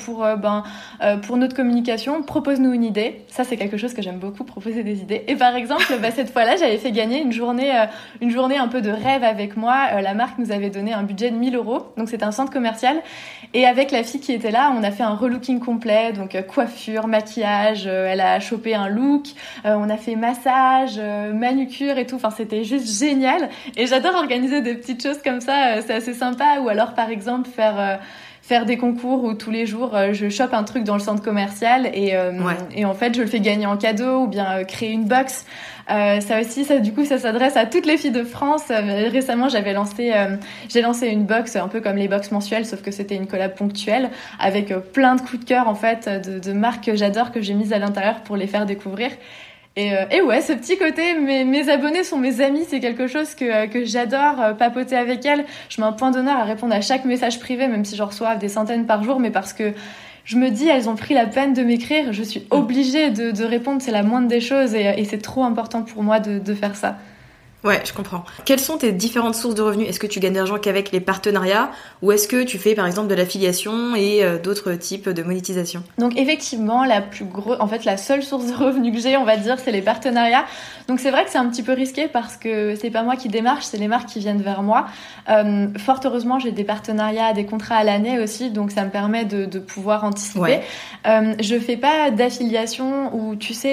pour notre communication. Propose-nous une idée. Ça, c'est quelque chose que j'aime beaucoup, proposer des idées. Et par exemple, cette fois-là, j'avais fait gagner une journée un peu de rêve avec moi. La marque nous avait donné un budget de 1 000 €. Donc, c'était un centre commercial. Et avec la fille qui était là, on a fait un relooking complet, donc coiffure, maquillage, elle a chopé un look, on a fait massage, manucure et tout, enfin c'était juste génial. Et j'adore organiser des petites choses comme ça, c'est assez sympa. Ou alors par exemple faire des concours où tous les jours je chope un truc dans le centre commercial et en fait je le fais gagner en cadeau, ou bien créer une box. Ça aussi, du coup, ça s'adresse à toutes les filles de France. Récemment, j'ai lancé une box un peu comme les box mensuelles, sauf que c'était une collab ponctuelle avec plein de coups de cœur en fait de marques que j'adore, que j'ai mises à l'intérieur pour les faire découvrir. Et ouais, ce petit côté, mes abonnés sont mes amis, c'est quelque chose que j'adore, papoter avec elles. Je mets un point d'honneur à répondre à chaque message privé, même si j'en reçois des centaines par jour, mais parce que je me dis, elles ont pris la peine de m'écrire, je suis obligée de répondre, c'est la moindre des choses, et c'est trop important pour moi de faire ça. Ouais, je comprends. Quelles sont tes différentes sources de revenus ? Est-ce que tu gagnes de l'argent qu'avec les partenariats, ou est-ce que tu fais par exemple de l'affiliation et d'autres types de monétisation ? Donc effectivement, la seule source de revenus que j'ai, on va dire, c'est les partenariats. Donc c'est vrai que c'est un petit peu risqué parce que c'est pas moi qui démarche, c'est les marques qui viennent vers moi. Fort heureusement, j'ai des partenariats, des contrats à l'année aussi, donc ça me permet de pouvoir anticiper. Ouais. Je fais pas d'affiliation ou tu sais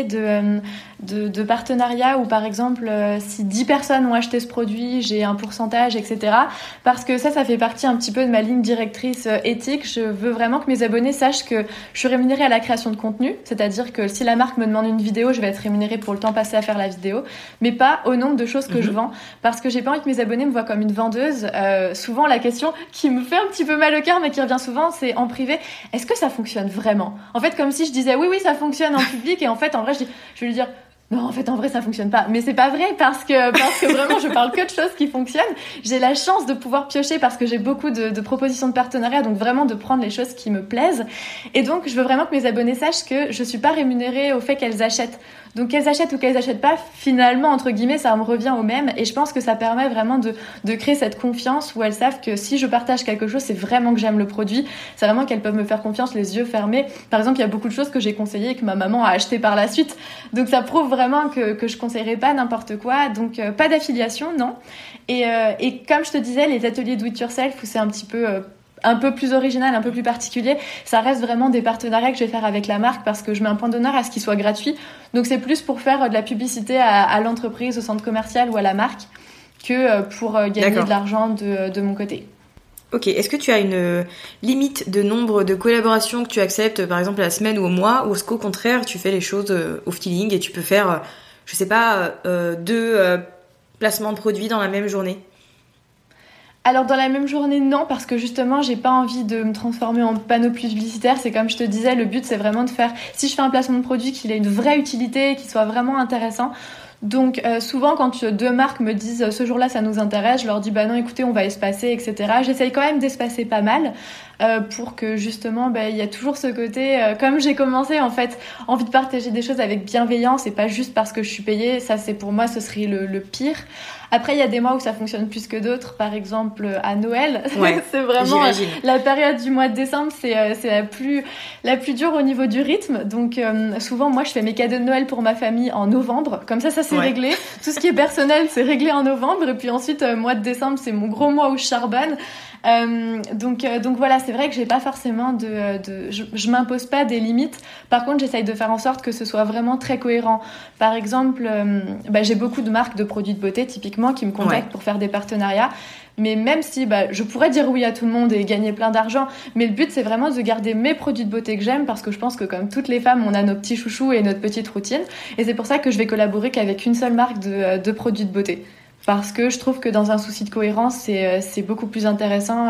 de partenariat où par exemple si 10 personnes ont acheté ce produit, j'ai un pourcentage, etc. Parce que ça fait partie un petit peu de ma ligne directrice éthique. Je veux vraiment que mes abonnés sachent que je suis rémunérée à la création de contenu, c'est-à-dire que si la marque me demande une vidéo, je vais être rémunérée pour le temps passé à faire la vidéo, mais pas au nombre de choses que je vends, parce que j'ai pas envie que mes abonnés me voient comme une vendeuse. Souvent la question qui me fait un petit peu mal au cœur mais qui revient souvent, c'est en privé, est-ce que ça fonctionne vraiment ? En fait, comme si je disais oui ça fonctionne en public, et en fait en vrai je vais lui dire non, en fait, en vrai, ça fonctionne pas. Mais c'est pas vrai parce que vraiment, je parle que de choses qui fonctionnent. J'ai la chance de pouvoir piocher parce que j'ai beaucoup de propositions de partenariat, donc vraiment de prendre les choses qui me plaisent. Et donc, je veux vraiment que mes abonnés sachent que je suis pas rémunérée au fait qu'elles achètent. Donc, qu'elles achètent ou qu'elles achètent pas, finalement, entre guillemets, ça me revient au même. Et je pense que ça permet vraiment de créer cette confiance où elles savent que si je partage quelque chose, c'est vraiment que j'aime le produit. C'est vraiment qu'elles peuvent me faire confiance les yeux fermés. Par exemple, il y a beaucoup de choses que j'ai conseillées et que ma maman a achetées par la suite. Donc, ça prouve vraiment que je conseillerais pas n'importe quoi. Donc, pas d'affiliation, non. Et comme je te disais, les ateliers do it yourself où c'est un petit peu un peu plus original, un peu plus particulier, ça reste vraiment des partenariats que je vais faire avec la marque parce que je mets un point d'honneur à ce qu'ils soient gratuits. Donc c'est plus pour faire de la publicité à l'entreprise, au centre commercial ou à la marque que pour gagner de l'argent de mon côté. Ok, est-ce que tu as une limite de nombre de collaborations que tu acceptes, par exemple à la semaine ou au mois, ou est-ce qu'au contraire tu fais les choses au feeling et tu peux faire, je sais pas, 2 placements de produits dans la même journée ? Alors dans la même journée, non, parce que justement, j'ai pas envie de me transformer en panneau publicitaire. C'est comme je te disais, le but c'est vraiment de faire, si je fais un placement de produit, qu'il ait une vraie utilité, qu'il soit vraiment intéressant. Donc souvent quand 2 marques me disent ce jour-là ça nous intéresse, je leur dis bah non écoutez on va espacer, etc. J'essaye quand même d'espacer pas mal pour que justement il y a toujours ce côté comme j'ai commencé en fait, envie de partager des choses avec bienveillance et pas juste parce que je suis payée. Ça c'est pour moi ce serait le pire. Après il y a des mois où ça fonctionne plus que d'autres, par exemple à Noël. Ouais, c'est vraiment la période du mois de décembre, c'est la plus dure au niveau du rythme. Donc souvent moi je fais mes cadeaux de Noël pour ma famille en novembre, comme ça c'est réglé. Tout ce qui est personnel c'est réglé en novembre, et puis ensuite mois de décembre c'est mon gros mois où je charbonne. Donc voilà, c'est vrai que j'ai pas forcément je m'impose pas des limites. Par contre, j'essaye de faire en sorte que ce soit vraiment très cohérent. Par exemple, j'ai beaucoup de marques de produits de beauté typiquement qui me contactent pour faire des partenariats. Mais même si je pourrais dire oui à tout le monde et gagner plein d'argent, mais le but c'est vraiment de garder mes produits de beauté que j'aime, parce que je pense que comme toutes les femmes, on a nos petits chouchous et notre petite routine. Et c'est pour ça que je vais collaborer qu'avec une seule marque de produits de beauté. Parce que je trouve que dans un souci de cohérence, c'est beaucoup plus intéressant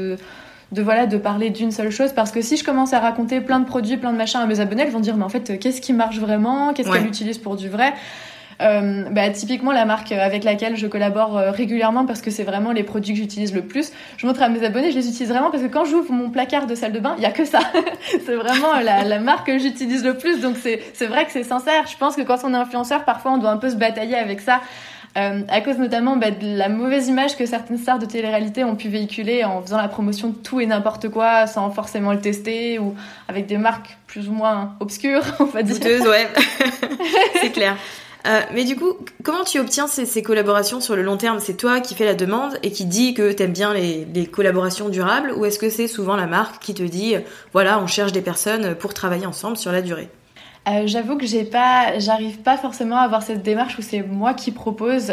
de parler d'une seule chose. Parce que si je commence à raconter plein de produits, plein de machins à mes abonnés, ils vont dire mais en fait, qu'est-ce qui marche vraiment ? Qu'est-ce qu'elle utilise pour du vrai ? Typiquement la marque avec laquelle je collabore régulièrement parce que c'est vraiment les produits que j'utilise le plus. Je montre à mes abonnés, je les utilise vraiment parce que quand j'ouvre mon placard de salle de bain, il y a que ça. C'est vraiment la marque que j'utilise le plus, donc c'est vrai que c'est sincère. Je pense que quand on est influenceur, parfois on doit un peu se batailler avec ça. À cause notamment de la mauvaise image que certaines stars de télé-réalité ont pu véhiculer en faisant la promotion de tout et n'importe quoi sans forcément le tester ou avec des marques plus ou moins obscures, on va dire. Douteuses, ouais. C'est clair. Mais du coup, comment tu obtiens ces collaborations sur le long terme ? C'est toi qui fais la demande et qui dit que t'aimes bien les collaborations durables, ou est-ce que c'est souvent la marque qui te dit voilà, on cherche des personnes pour travailler ensemble sur la durée ? J'avoue que j'arrive pas forcément à avoir cette démarche où c'est moi qui propose,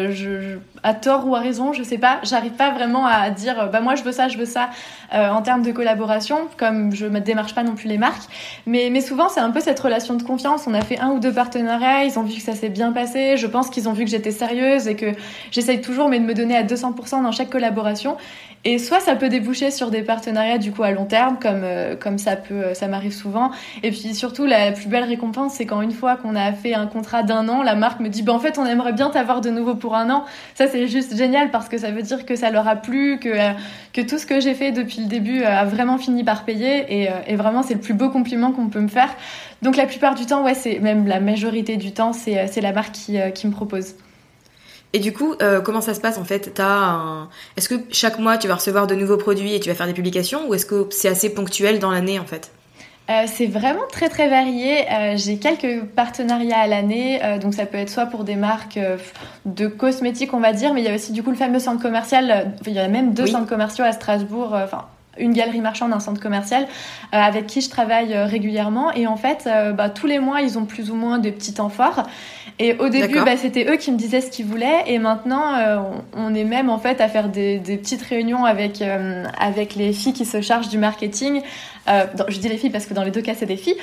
à tort ou à raison, je sais pas, j'arrive pas vraiment à dire moi je veux ça, en termes de collaboration, comme je me démarche pas non plus les marques, mais souvent c'est un peu cette relation de confiance. On a fait 1 ou 2 partenariats, ils ont vu que ça s'est bien passé, je pense qu'ils ont vu que j'étais sérieuse et que j'essaye toujours de me donner à 200% dans chaque collaboration. Et soit ça peut déboucher sur des partenariats du coup à long terme, comme ça m'arrive souvent. Et puis surtout la plus belle récompense, c'est quand une fois qu'on a fait un contrat d'1 an, la marque me dit en fait on aimerait bien t'avoir de nouveau pour 1 an. Ça c'est juste génial parce que ça veut dire que ça leur a plu, que tout ce que j'ai fait depuis le début a vraiment fini par payer. Et vraiment c'est le plus beau compliment qu'on peut me faire. Donc la plupart du temps, c'est même la majorité du temps, c'est la marque qui me propose. Et du coup, comment ça se passe en fait ? Est-ce que chaque mois tu vas recevoir de nouveaux produits et tu vas faire des publications, ou est-ce que c'est assez ponctuel dans l'année en fait ? C'est vraiment très très varié. J'ai quelques partenariats à l'année, donc ça peut être soit pour des marques de cosmétiques on va dire, mais il y a aussi du coup le fameux centre commercial, il y a même 2 centres commerciaux à Strasbourg, une galerie marchande, un centre commercial avec qui je travaille régulièrement. Et en fait, tous les mois, ils ont plus ou moins des petits temps forts. Et au début, c'était eux qui me disaient ce qu'ils voulaient. Et maintenant, on est même en fait à faire des petites réunions avec les filles qui se chargent du marketing. Je dis les filles parce que dans les 2 cas, c'est des filles.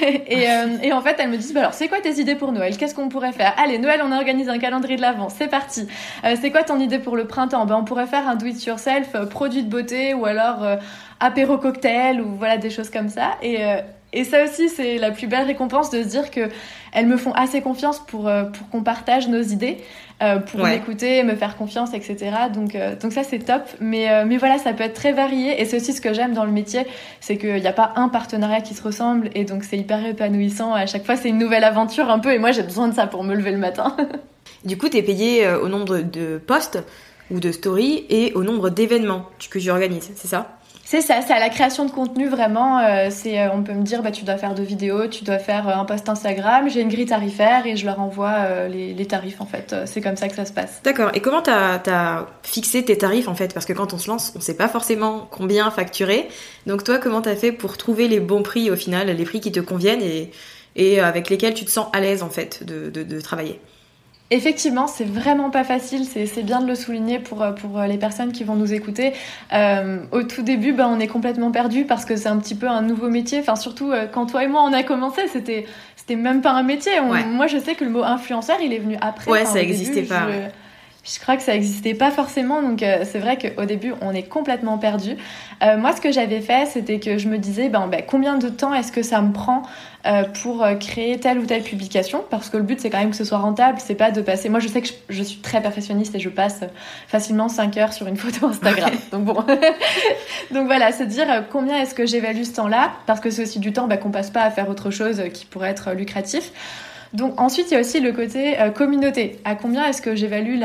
Et en fait, elles me disent alors, c'est quoi tes idées pour Noël ? Qu'est-ce qu'on pourrait faire ? Allez, Noël, on organise un calendrier de l'Avent. C'est parti. C'est quoi ton idée pour le printemps ? On pourrait faire un do-it-yourself, produit de beauté, ou alors apéro cocktail, ou voilà, des choses comme ça. Et ça aussi, c'est la plus belle récompense de se dire que elles me font assez confiance pour qu'on partage nos idées, pour m'écouter, me faire confiance, etc. Donc ça, c'est top. Mais voilà, ça peut être très varié. Et c'est aussi ce que j'aime dans le métier, c'est qu'il n'y a pas un partenariat qui se ressemble. Et donc, c'est hyper épanouissant. À chaque fois, c'est une nouvelle aventure un peu. Et moi, j'ai besoin de ça pour me lever le matin. Du coup, t'es payé au nombre de posts ou de stories et au nombre d'événements que tu organises, c'est ça ? C'est ça, c'est à la création de contenu vraiment. On peut me dire tu dois faire 2 vidéos, tu dois faire un post Instagram, j'ai une grille tarifaire et je leur envoie les tarifs en fait. C'est comme ça que ça se passe. D'accord. Et comment t'as fixé tes tarifs en fait ? Parce que quand on se lance, on sait pas forcément combien facturer. Donc toi, comment t'as fait pour trouver les bons prix au final, les prix qui te conviennent et avec lesquels tu te sens à l'aise en fait de travailler ? Effectivement, c'est vraiment pas facile, c'est bien de le souligner pour les personnes qui vont nous écouter. Au tout début, on est complètement perdu parce que c'est un petit peu un nouveau métier. Enfin, surtout quand toi et moi on a commencé, c'était même pas un métier. Moi, je sais que le mot influenceur, il est venu après. Ouais, ça existait pas. Je crois que ça n'existait pas forcément, donc c'est vrai qu'au début, on est complètement perdu. Moi, ce que j'avais fait, c'était que je me disais, combien de temps est-ce que ça me prend pour créer telle ou telle publication ? Parce que le but, c'est quand même que ce soit rentable, c'est pas de passer... Moi, je sais que je suis très perfectionniste et je passe facilement 5 heures sur une photo Instagram. Donc bon, donc voilà, se dire combien est-ce que j'évalue ce temps-là ? Parce que c'est aussi du temps qu'on passe pas à faire autre chose qui pourrait être lucratif. Donc ensuite, il y a aussi le côté communauté. À combien est-ce que j'évalue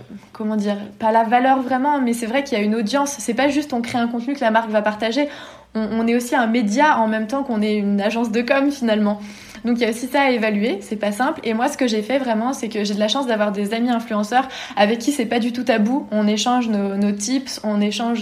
pas la valeur vraiment, mais c'est vrai qu'il y a une audience. C'est pas juste on crée un contenu que la marque va partager. On est aussi un média en même temps qu'on est une agence de com finalement. Donc il y a aussi ça à évaluer, c'est pas simple. Et moi, ce que j'ai fait vraiment, c'est que j'ai de la chance d'avoir des amis influenceurs avec qui c'est pas du tout tabou. On échange nos tips, on échange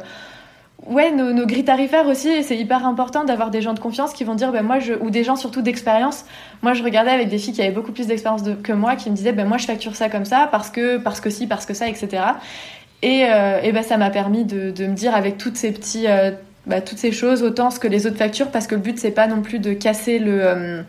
nos grilles tarifaires aussi, et c'est hyper important d'avoir des gens de confiance qui vont dire ou des gens surtout d'expérience. Moi, je regardais avec des filles qui avaient beaucoup plus d'expérience que moi, qui me disaient moi je facture ça comme ça parce que si, parce que ça, etc. Et ça m'a permis de me dire avec toutes ces petits toutes ces choses, autant ce que les autres facturent, parce que le but c'est pas non plus de casser le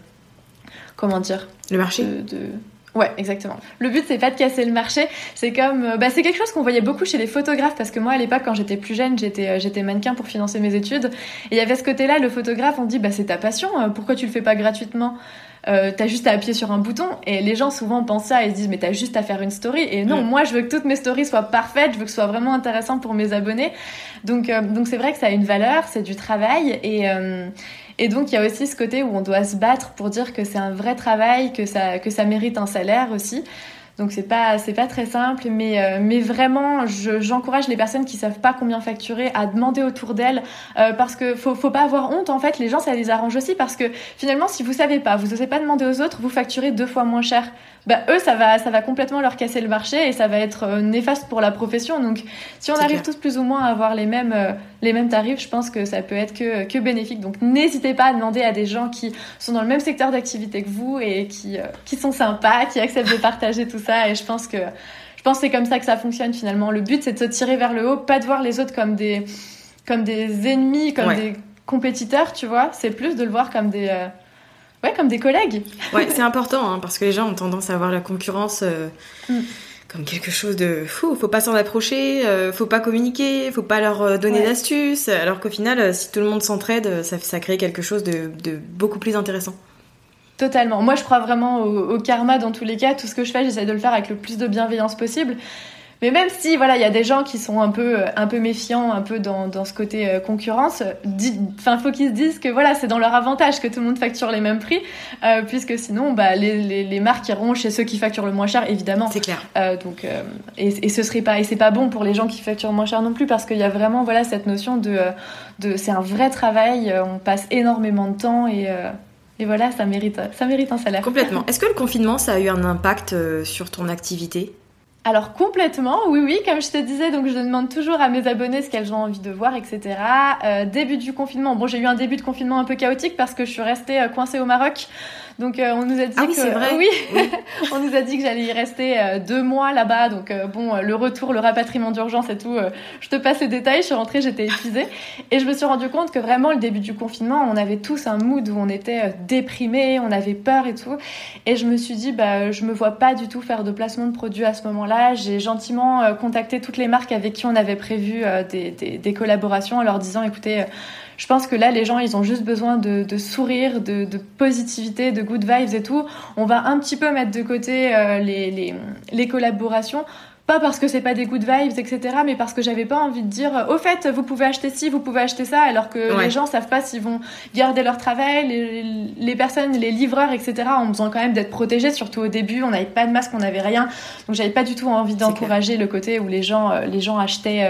marché. Ouais, exactement. Le but, c'est pas de casser le marché. C'est comme, c'est quelque chose qu'on voyait beaucoup chez les photographes, parce que moi, à l'époque, quand j'étais plus jeune, j'étais mannequin pour financer mes études. Et il y avait ce côté-là, le photographe, on dit, c'est ta passion, pourquoi tu le fais pas gratuitement ? t'as juste à appuyer sur un bouton. Et les gens souvent pensent ça et se disent mais t'as juste à faire une story. Et non, moi je veux que toutes mes stories soient parfaites, je veux que ce soit vraiment intéressant pour mes abonnés. Donc c'est vrai que ça a une valeur, c'est du travail et donc il y a aussi ce côté où on doit se battre pour dire que c'est un vrai travail, que ça mérite un salaire aussi. Donc c'est pas très simple, mais vraiment j'encourage les personnes qui savent pas combien facturer à demander autour d'elles, parce que faut pas avoir honte en fait. Les gens ça les arrange aussi parce que finalement si vous savez pas, vous osez pas demander aux autres, vous facturez 2 fois moins cher. Eux ça va complètement leur casser le marché et ça va être néfaste pour la profession. Donc si on arrive tous plus ou moins à avoir les mêmes tarifs, je pense que ça peut être que bénéfique. Donc n'hésitez pas à demander à des gens qui sont dans le même secteur d'activité que vous et qui sont sympas, qui acceptent de partager tout ça. Et je pense que c'est comme ça que ça fonctionne finalement. Le but c'est de se tirer vers le haut, pas de voir les autres comme des ennemis, comme des compétiteurs, tu vois. C'est plus de le voir comme comme des collègues. Ouais, c'est important parce que les gens ont tendance à voir la concurrence comme quelque chose de fou. Faut pas s'en approcher, faut pas communiquer, faut pas leur donner d'astuces. Alors qu'au final, si tout le monde s'entraide, ça crée quelque chose de beaucoup plus intéressant. Totalement. Moi, je crois vraiment au karma dans tous les cas. Tout ce que je fais, j'essaie de le faire avec le plus de bienveillance possible. Mais même si, voilà, il y a des gens qui sont un peu méfiants, un peu dans ce côté concurrence, faut qu'ils se disent que voilà, c'est dans leur avantage que tout le monde facture les mêmes prix, puisque sinon, les marques iront chez ceux qui facturent le moins cher, évidemment. C'est clair. Et ce serait pas, et c'est pas bon pour les gens qui facturent moins cher non plus, parce qu'il y a vraiment, voilà, cette notion de c'est un vrai travail, on passe énormément de temps et voilà, ça mérite un salaire. Complètement. Est-ce que le confinement, ça a eu un impact sur ton activité ? Alors complètement, oui, comme je te disais, donc je demande toujours à mes abonnés ce qu'elles ont envie de voir, etc. Début du confinement, j'ai eu un début de confinement un peu chaotique parce que je suis restée coincée au Maroc. Donc on nous a dit c'est vrai. Oui. On nous a dit que j'allais y rester 2 mois là-bas. Donc le retour, le rapatriement d'urgence et tout, je te passe les détails. Je suis rentrée, j'étais épuisée et je me suis rendu compte que vraiment le début du confinement, on avait tous un mood où on était déprimés, on avait peur et tout. Et je me suis dit je me vois pas du tout faire de placement de produits à ce moment-là. J'ai gentiment contacté toutes les marques avec qui on avait prévu des collaborations en leur disant écoutez, je pense que là, les gens, ils ont juste besoin de sourire, de positivité, de good vibes et tout. On va un petit peu mettre de côté les collaborations. Pas parce que c'est pas des good vibes, etc., mais parce que j'avais pas envie de dire au fait, vous pouvez acheter ci, vous pouvez acheter ça, alors que les gens savent pas s'ils vont garder leur travail, les personnes, les livreurs, etc., ont besoin quand même d'être protégés, surtout au début, on n'avait pas de masque, on n'avait rien, donc j'avais pas du tout envie d'encourager le côté où les gens achetaient,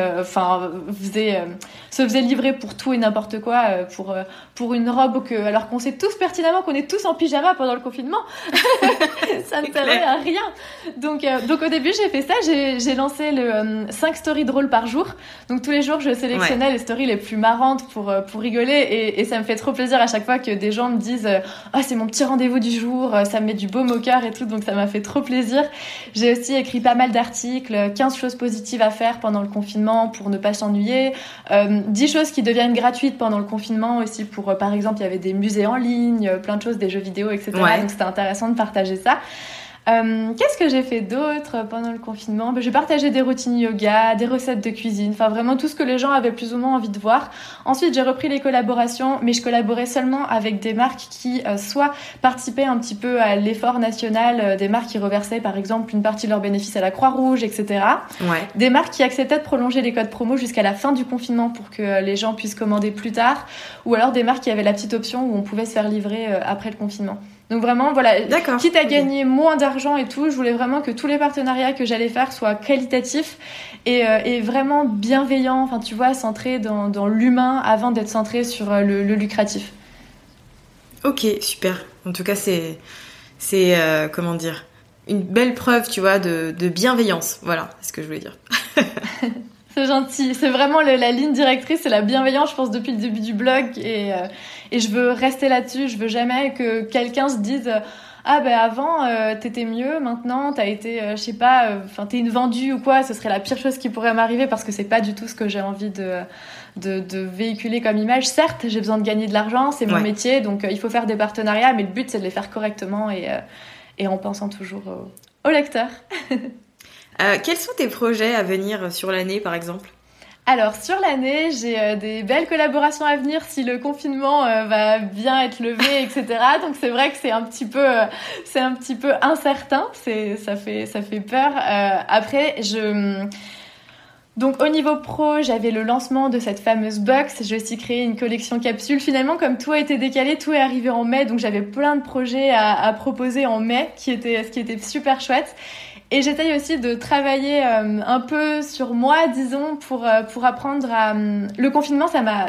se faisaient livrer pour tout et n'importe quoi, pour une robe alors qu'on sait tous pertinemment qu'on est tous en pyjama pendant le confinement. Ça ne servait à rien. Donc au début, j'ai fait ça, j'ai lancé le 5 stories drôles par jour. Donc tous les jours, je sélectionnais les stories les plus marrantes pour rigoler et ça me fait trop plaisir à chaque fois que des gens me disent c'est mon petit rendez-vous du jour, ça me met du baume au cœur et tout, donc ça m'a fait trop plaisir. J'ai aussi écrit pas mal d'articles, 15 choses positives à faire pendant le confinement pour ne pas s'ennuyer, 10 choses qui deviennent gratuites pendant le confinement aussi pour, par exemple, il y avait des musées en ligne, plein de choses, des jeux vidéo, etc. Donc c'était intéressant de partager ça. Qu'est-ce que j'ai fait d'autre pendant le confinement ? J'ai partagé des routines yoga, des recettes de cuisine, enfin vraiment tout ce que les gens avaient plus ou moins envie de voir. Ensuite, j'ai repris les collaborations, mais je collaborais seulement avec des marques qui soit participaient un petit peu à l'effort national, des marques qui reversaient par exemple une partie de leurs bénéfices à la Croix-Rouge, etc. Des marques qui acceptaient de prolonger les codes promo jusqu'à la fin du confinement pour que les gens puissent commander plus tard, ou alors des marques qui avaient la petite option où on pouvait se faire livrer après le confinement. Donc vraiment, voilà, quitte à gagner moins d'argent et tout, je voulais vraiment que tous les partenariats que j'allais faire soient qualitatifs et vraiment bienveillants, enfin tu vois, centrés dans l'humain avant d'être centrés sur le lucratif. Ok, super. En tout cas, c'est comment dire, une belle preuve, tu vois, de bienveillance. Voilà, c'est ce que je voulais dire. C'est gentil. C'est vraiment la ligne directrice, c'est la bienveillance, je pense, depuis le début du blog. Et je veux rester là-dessus. Je veux jamais que quelqu'un se dise avant t'étais mieux, maintenant t'as été t'es une vendue ou quoi. Ce serait la pire chose qui pourrait m'arriver parce que c'est pas du tout ce que j'ai envie de véhiculer comme image. Certes, j'ai besoin de gagner de l'argent, c'est mon métier, donc il faut faire des partenariats, mais le but c'est de les faire correctement et en pensant toujours au lecteur. Quels sont tes projets à venir sur l'année, par exemple ? Alors sur l'année, j'ai des belles collaborations à venir si le confinement va bien être levé, etc. Donc c'est vrai que c'est un petit peu incertain. Ça fait peur. Après, donc au niveau pro, j'avais le lancement de cette fameuse box. J'ai aussi créé une collection capsule. Finalement, comme tout a été décalé, tout est arrivé en mai. Donc j'avais plein de projets à proposer en mai, ce qui était super chouette. Et j'essaye aussi de travailler un peu sur moi, disons, pour apprendre à... Le confinement,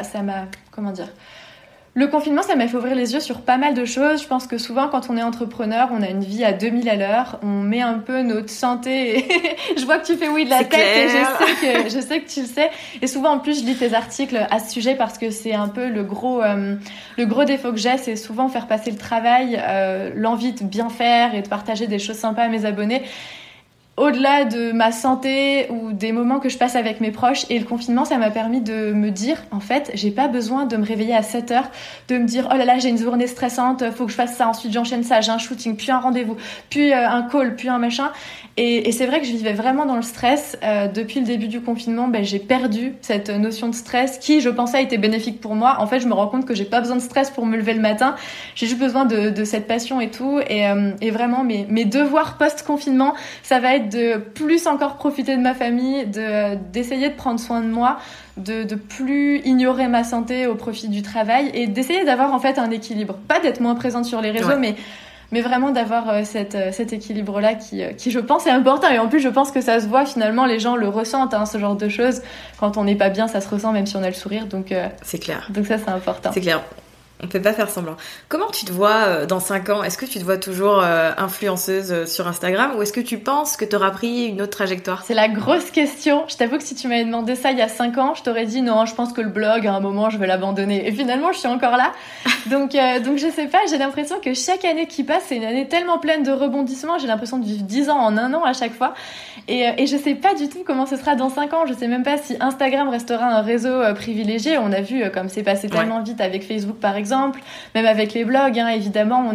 Le confinement, ça m'a fait ouvrir les yeux sur pas mal de choses. Je pense que souvent, quand on est entrepreneur, on a une vie à 2000 à l'heure. On met un peu notre santé... Je vois que tu fais oui de la tête et je sais que tu le sais. Et souvent, en plus, je lis tes articles à ce sujet parce que c'est un peu le gros défaut que j'ai. C'est souvent faire passer le travail, l'envie de bien faire et de partager des choses sympas à mes abonnés, au-delà de ma santé ou des moments que je passe avec mes proches. Et le confinement, ça m'a permis de me dire, en fait, j'ai pas besoin de me réveiller à 7h, de me dire, oh là là, j'ai une journée stressante, faut que je fasse ça, ensuite j'enchaîne ça, j'ai un shooting, puis un rendez-vous, puis un call, puis un machin. Et c'est vrai que je vivais vraiment dans le stress. Depuis le début du confinement, j'ai perdu cette notion de stress qui, je pensais, était bénéfique pour moi. En fait, je me rends compte que j'ai pas besoin de stress pour me lever le matin. J'ai juste besoin de cette passion et tout. Et vraiment, mes devoirs post-confinement, ça va être de plus encore profiter de ma famille, d'essayer de prendre soin de moi, de plus ignorer ma santé au profit du travail et d'essayer d'avoir en fait un équilibre. Pas d'être moins présente sur les réseaux, mais vraiment d'avoir cet équilibre-là qui, je pense, est important. Et en plus, je pense que ça se voit, finalement, les gens le ressentent, ce genre de choses. Quand on n'est pas bien, ça se ressent, même si on a le sourire. Donc, c'est clair. Donc ça, c'est important. C'est clair. On ne peut pas faire semblant. Comment tu te vois dans 5 ans ? Est-ce que tu te vois toujours influenceuse sur Instagram ou est-ce que tu penses que tu auras pris une autre trajectoire ? C'est la grosse question. Je t'avoue que si tu m'avais demandé ça il y a 5 ans, je t'aurais dit non, je pense que le blog, à un moment, je vais l'abandonner. Et finalement, je suis encore là. Donc je sais pas, j'ai l'impression que chaque année qui passe, c'est une année tellement pleine de rebondissements. J'ai l'impression de vivre 10 ans en un an à chaque fois. Et je sais pas du tout comment ce sera dans 5 ans. Je sais même pas si Instagram restera un réseau privilégié. On a vu comme c'est passé tellement vite avec Facebook, par exemple. Même avec les blogs, évidemment,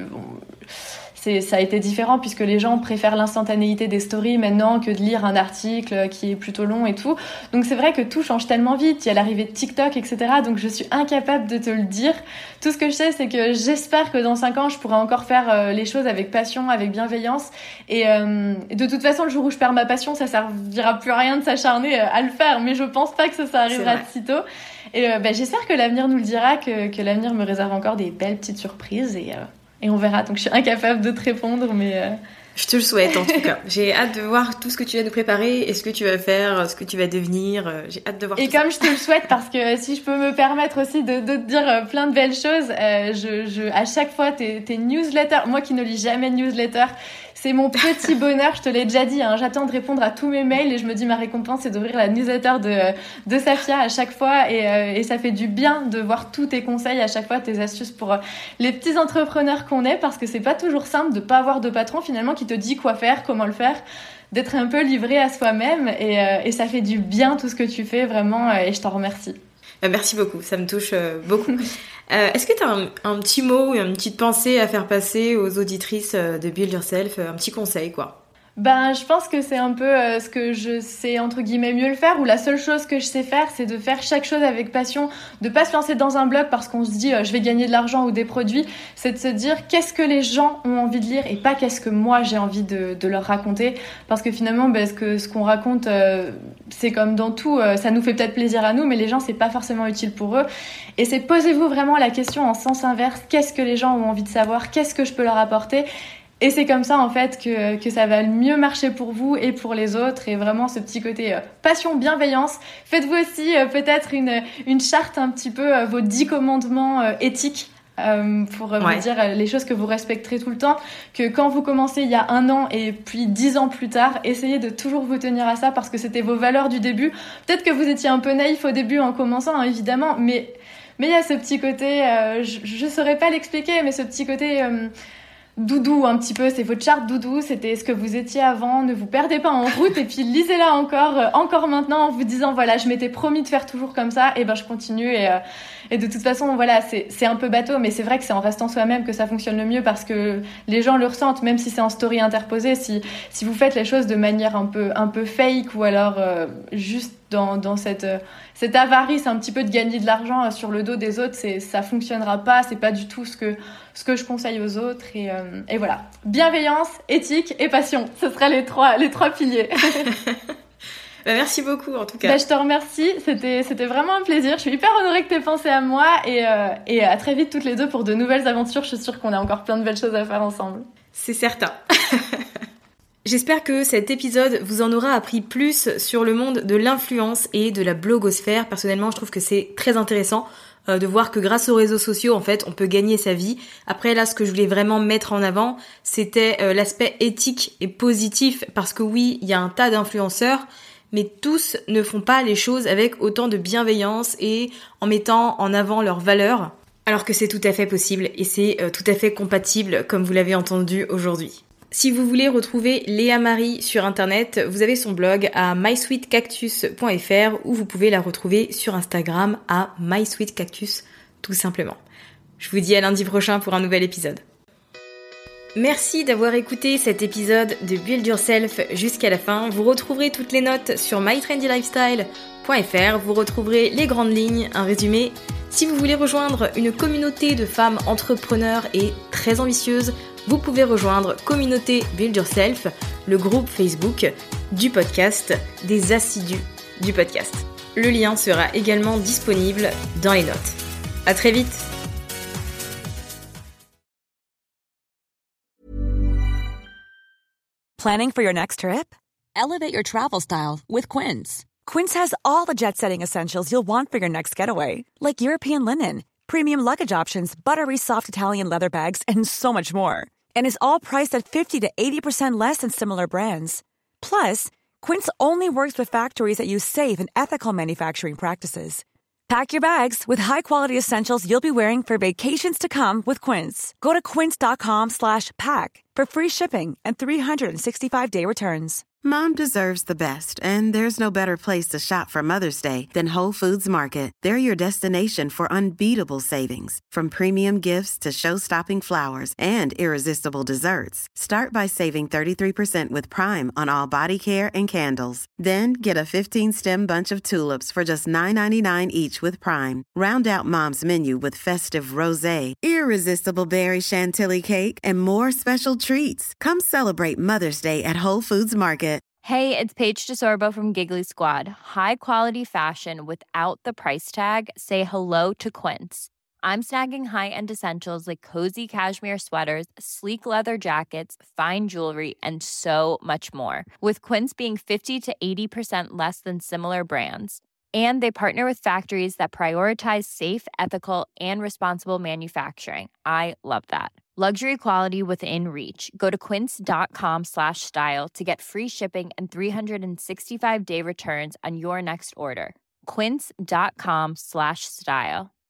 ça a été différent puisque les gens préfèrent l'instantanéité des stories maintenant que de lire un article qui est plutôt long et tout. Donc c'est vrai que tout change tellement vite. Il y a l'arrivée de TikTok, etc. Donc je suis incapable de te le dire. Tout ce que je sais, c'est que j'espère que dans 5 ans, je pourrai encore faire les choses avec passion, avec bienveillance. Et de toute façon, le jour où je perds ma passion, ça servira plus à rien de s'acharner à le faire. Mais je pense pas que ça arrivera de sitôt. Et j'espère que l'avenir nous le dira, que l'avenir me réserve encore des belles petites surprises et on verra. Donc je suis incapable de te répondre, mais... Je te le souhaite en tout cas. J'ai hâte de voir tout ce que tu vas nous préparer et ce que tu vas faire, ce que tu vas devenir. J'ai hâte de voir tout ça. Et comme je te le souhaite, parce que si je peux me permettre aussi de te dire plein de belles choses, à chaque fois tes newsletters, moi qui ne lis jamais de newsletter, c'est mon petit bonheur, je te l'ai déjà dit, j'attends de répondre à tous mes mails et je me dis ma récompense c'est d'ouvrir la newsletter de Safia à chaque fois et ça fait du bien de voir tous tes conseils à chaque fois, tes astuces pour les petits entrepreneurs qu'on est, parce que c'est pas toujours simple de pas avoir de patron finalement qui te dit quoi faire, comment le faire, d'être un peu livré à soi-même et ça fait du bien tout ce que tu fais vraiment et je t'en remercie. Merci beaucoup, ça me touche beaucoup. Est-ce que tu as un petit mot ou une petite pensée à faire passer aux auditrices de Build Yourself, un petit conseil quoi ? Je pense que c'est un peu ce que je sais entre guillemets mieux le faire, ou la seule chose que je sais faire, c'est de faire chaque chose avec passion, de pas se lancer dans un blog parce qu'on se dit je vais gagner de l'argent ou des produits, c'est de se dire qu'est-ce que les gens ont envie de lire et pas qu'est-ce que moi j'ai envie de leur raconter, parce que finalement ce qu'on raconte c'est comme dans tout, ça nous fait peut-être plaisir à nous mais les gens c'est pas forcément utile pour eux, et c'est posez-vous vraiment la question en sens inverse, qu'est-ce que les gens ont envie de savoir, qu'est-ce que je peux leur apporter. Et c'est comme ça, en fait, que ça va mieux marcher pour vous et pour les autres. Et vraiment, ce petit côté passion, bienveillance. Faites-vous aussi peut-être une charte un petit peu, vos 10 commandements éthiques pour vous dire les choses que vous respecterez tout le temps. Que quand vous commencez il y a 1 an et puis 10 ans plus tard, essayez de toujours vous tenir à ça parce que c'était vos valeurs du début. Peut-être que vous étiez un peu naïf au début en commençant, évidemment. Mais il y a ce petit côté, je saurais pas l'expliquer, mais ce petit côté... doudou un petit peu, c'est votre charte doudou, c'était ce que vous étiez avant, ne vous perdez pas en route et puis lisez-la encore maintenant en vous disant voilà, je m'étais promis de faire toujours comme ça, et je continue et de toute façon voilà, c'est un peu bateau mais c'est vrai que c'est en restant soi-même que ça fonctionne le mieux parce que les gens le ressentent, même si c'est en story interposée, si vous faites les choses de manière un peu fake ou alors juste dans cette avarice un petit peu de gagner de l'argent sur le dos des autres, ça fonctionnera pas, c'est pas du tout ce que je conseille aux autres. Et voilà, bienveillance, éthique et passion, ce seraient les trois piliers. Merci beaucoup en tout cas. Je te remercie, c'était vraiment un plaisir. Je suis hyper honorée que tu aies pensé à moi et à très vite toutes les deux pour de nouvelles aventures. Je suis sûre qu'on a encore plein de belles choses à faire ensemble. C'est certain. J'espère que cet épisode vous en aura appris plus sur le monde de l'influence et de la blogosphère. Personnellement, je trouve que c'est très intéressant de voir que grâce aux réseaux sociaux, en fait, on peut gagner sa vie. Après, là, ce que je voulais vraiment mettre en avant, c'était l'aspect éthique et positif. Parce que oui, il y a un tas d'influenceurs, mais tous ne font pas les choses avec autant de bienveillance et en mettant en avant leurs valeurs, alors que c'est tout à fait possible et c'est tout à fait compatible, comme vous l'avez entendu aujourd'hui. Si vous voulez retrouver Léa Marie sur internet, vous avez son blog à mysweetcactus.fr ou vous pouvez la retrouver sur Instagram à mysweetcactus, tout simplement. Je vous dis à lundi prochain pour un nouvel épisode. Merci d'avoir écouté cet épisode de Build Yourself jusqu'à la fin. Vous retrouverez toutes les notes sur mytrendylifestyle.fr. Vous retrouverez les grandes lignes, un résumé. Si vous voulez rejoindre une communauté de femmes entrepreneurs et très ambitieuses, vous pouvez rejoindre Communauté Build Yourself, le groupe Facebook du podcast, des assidus du podcast. Le lien sera également disponible dans les notes. À très vite! Planning for your next trip? Elevate your travel style with Quince. Quince has all the jet-setting essentials you'll want for your next getaway, like European linen, premium luggage options, buttery soft Italian leather bags, and so much more. And is all priced at 50 to 80% less than similar brands. Plus, Quince only works with factories that use safe and ethical manufacturing practices. Pack your bags with high-quality essentials you'll be wearing for vacations to come with Quince. Go to quince.com/pack for free shipping and 365-day returns. Mom deserves the best, and there's no better place to shop for Mother's Day than Whole Foods Market. They're your destination for unbeatable savings, from premium gifts to show-stopping flowers and irresistible desserts. Start by saving 33% with Prime on all body care and candles. Then get a 15-stem bunch of tulips for just $9.99 each with Prime. Round out Mom's menu with festive rosé, irresistible berry chantilly cake, and more special treats. Come celebrate Mother's Day at Whole Foods Market. Hey, it's Paige DeSorbo from Giggly Squad. High quality fashion without the price tag. Say hello to Quince. I'm snagging high-end essentials like cozy cashmere sweaters, sleek leather jackets, fine jewelry, and so much more. With Quince being 50 to 80% less than similar brands. And they partner with factories that prioritize safe, ethical, and responsible manufacturing. I love that. Luxury quality within reach. Go to quince.com/style to get free shipping and 365-day returns on your next order. Quince.com/style.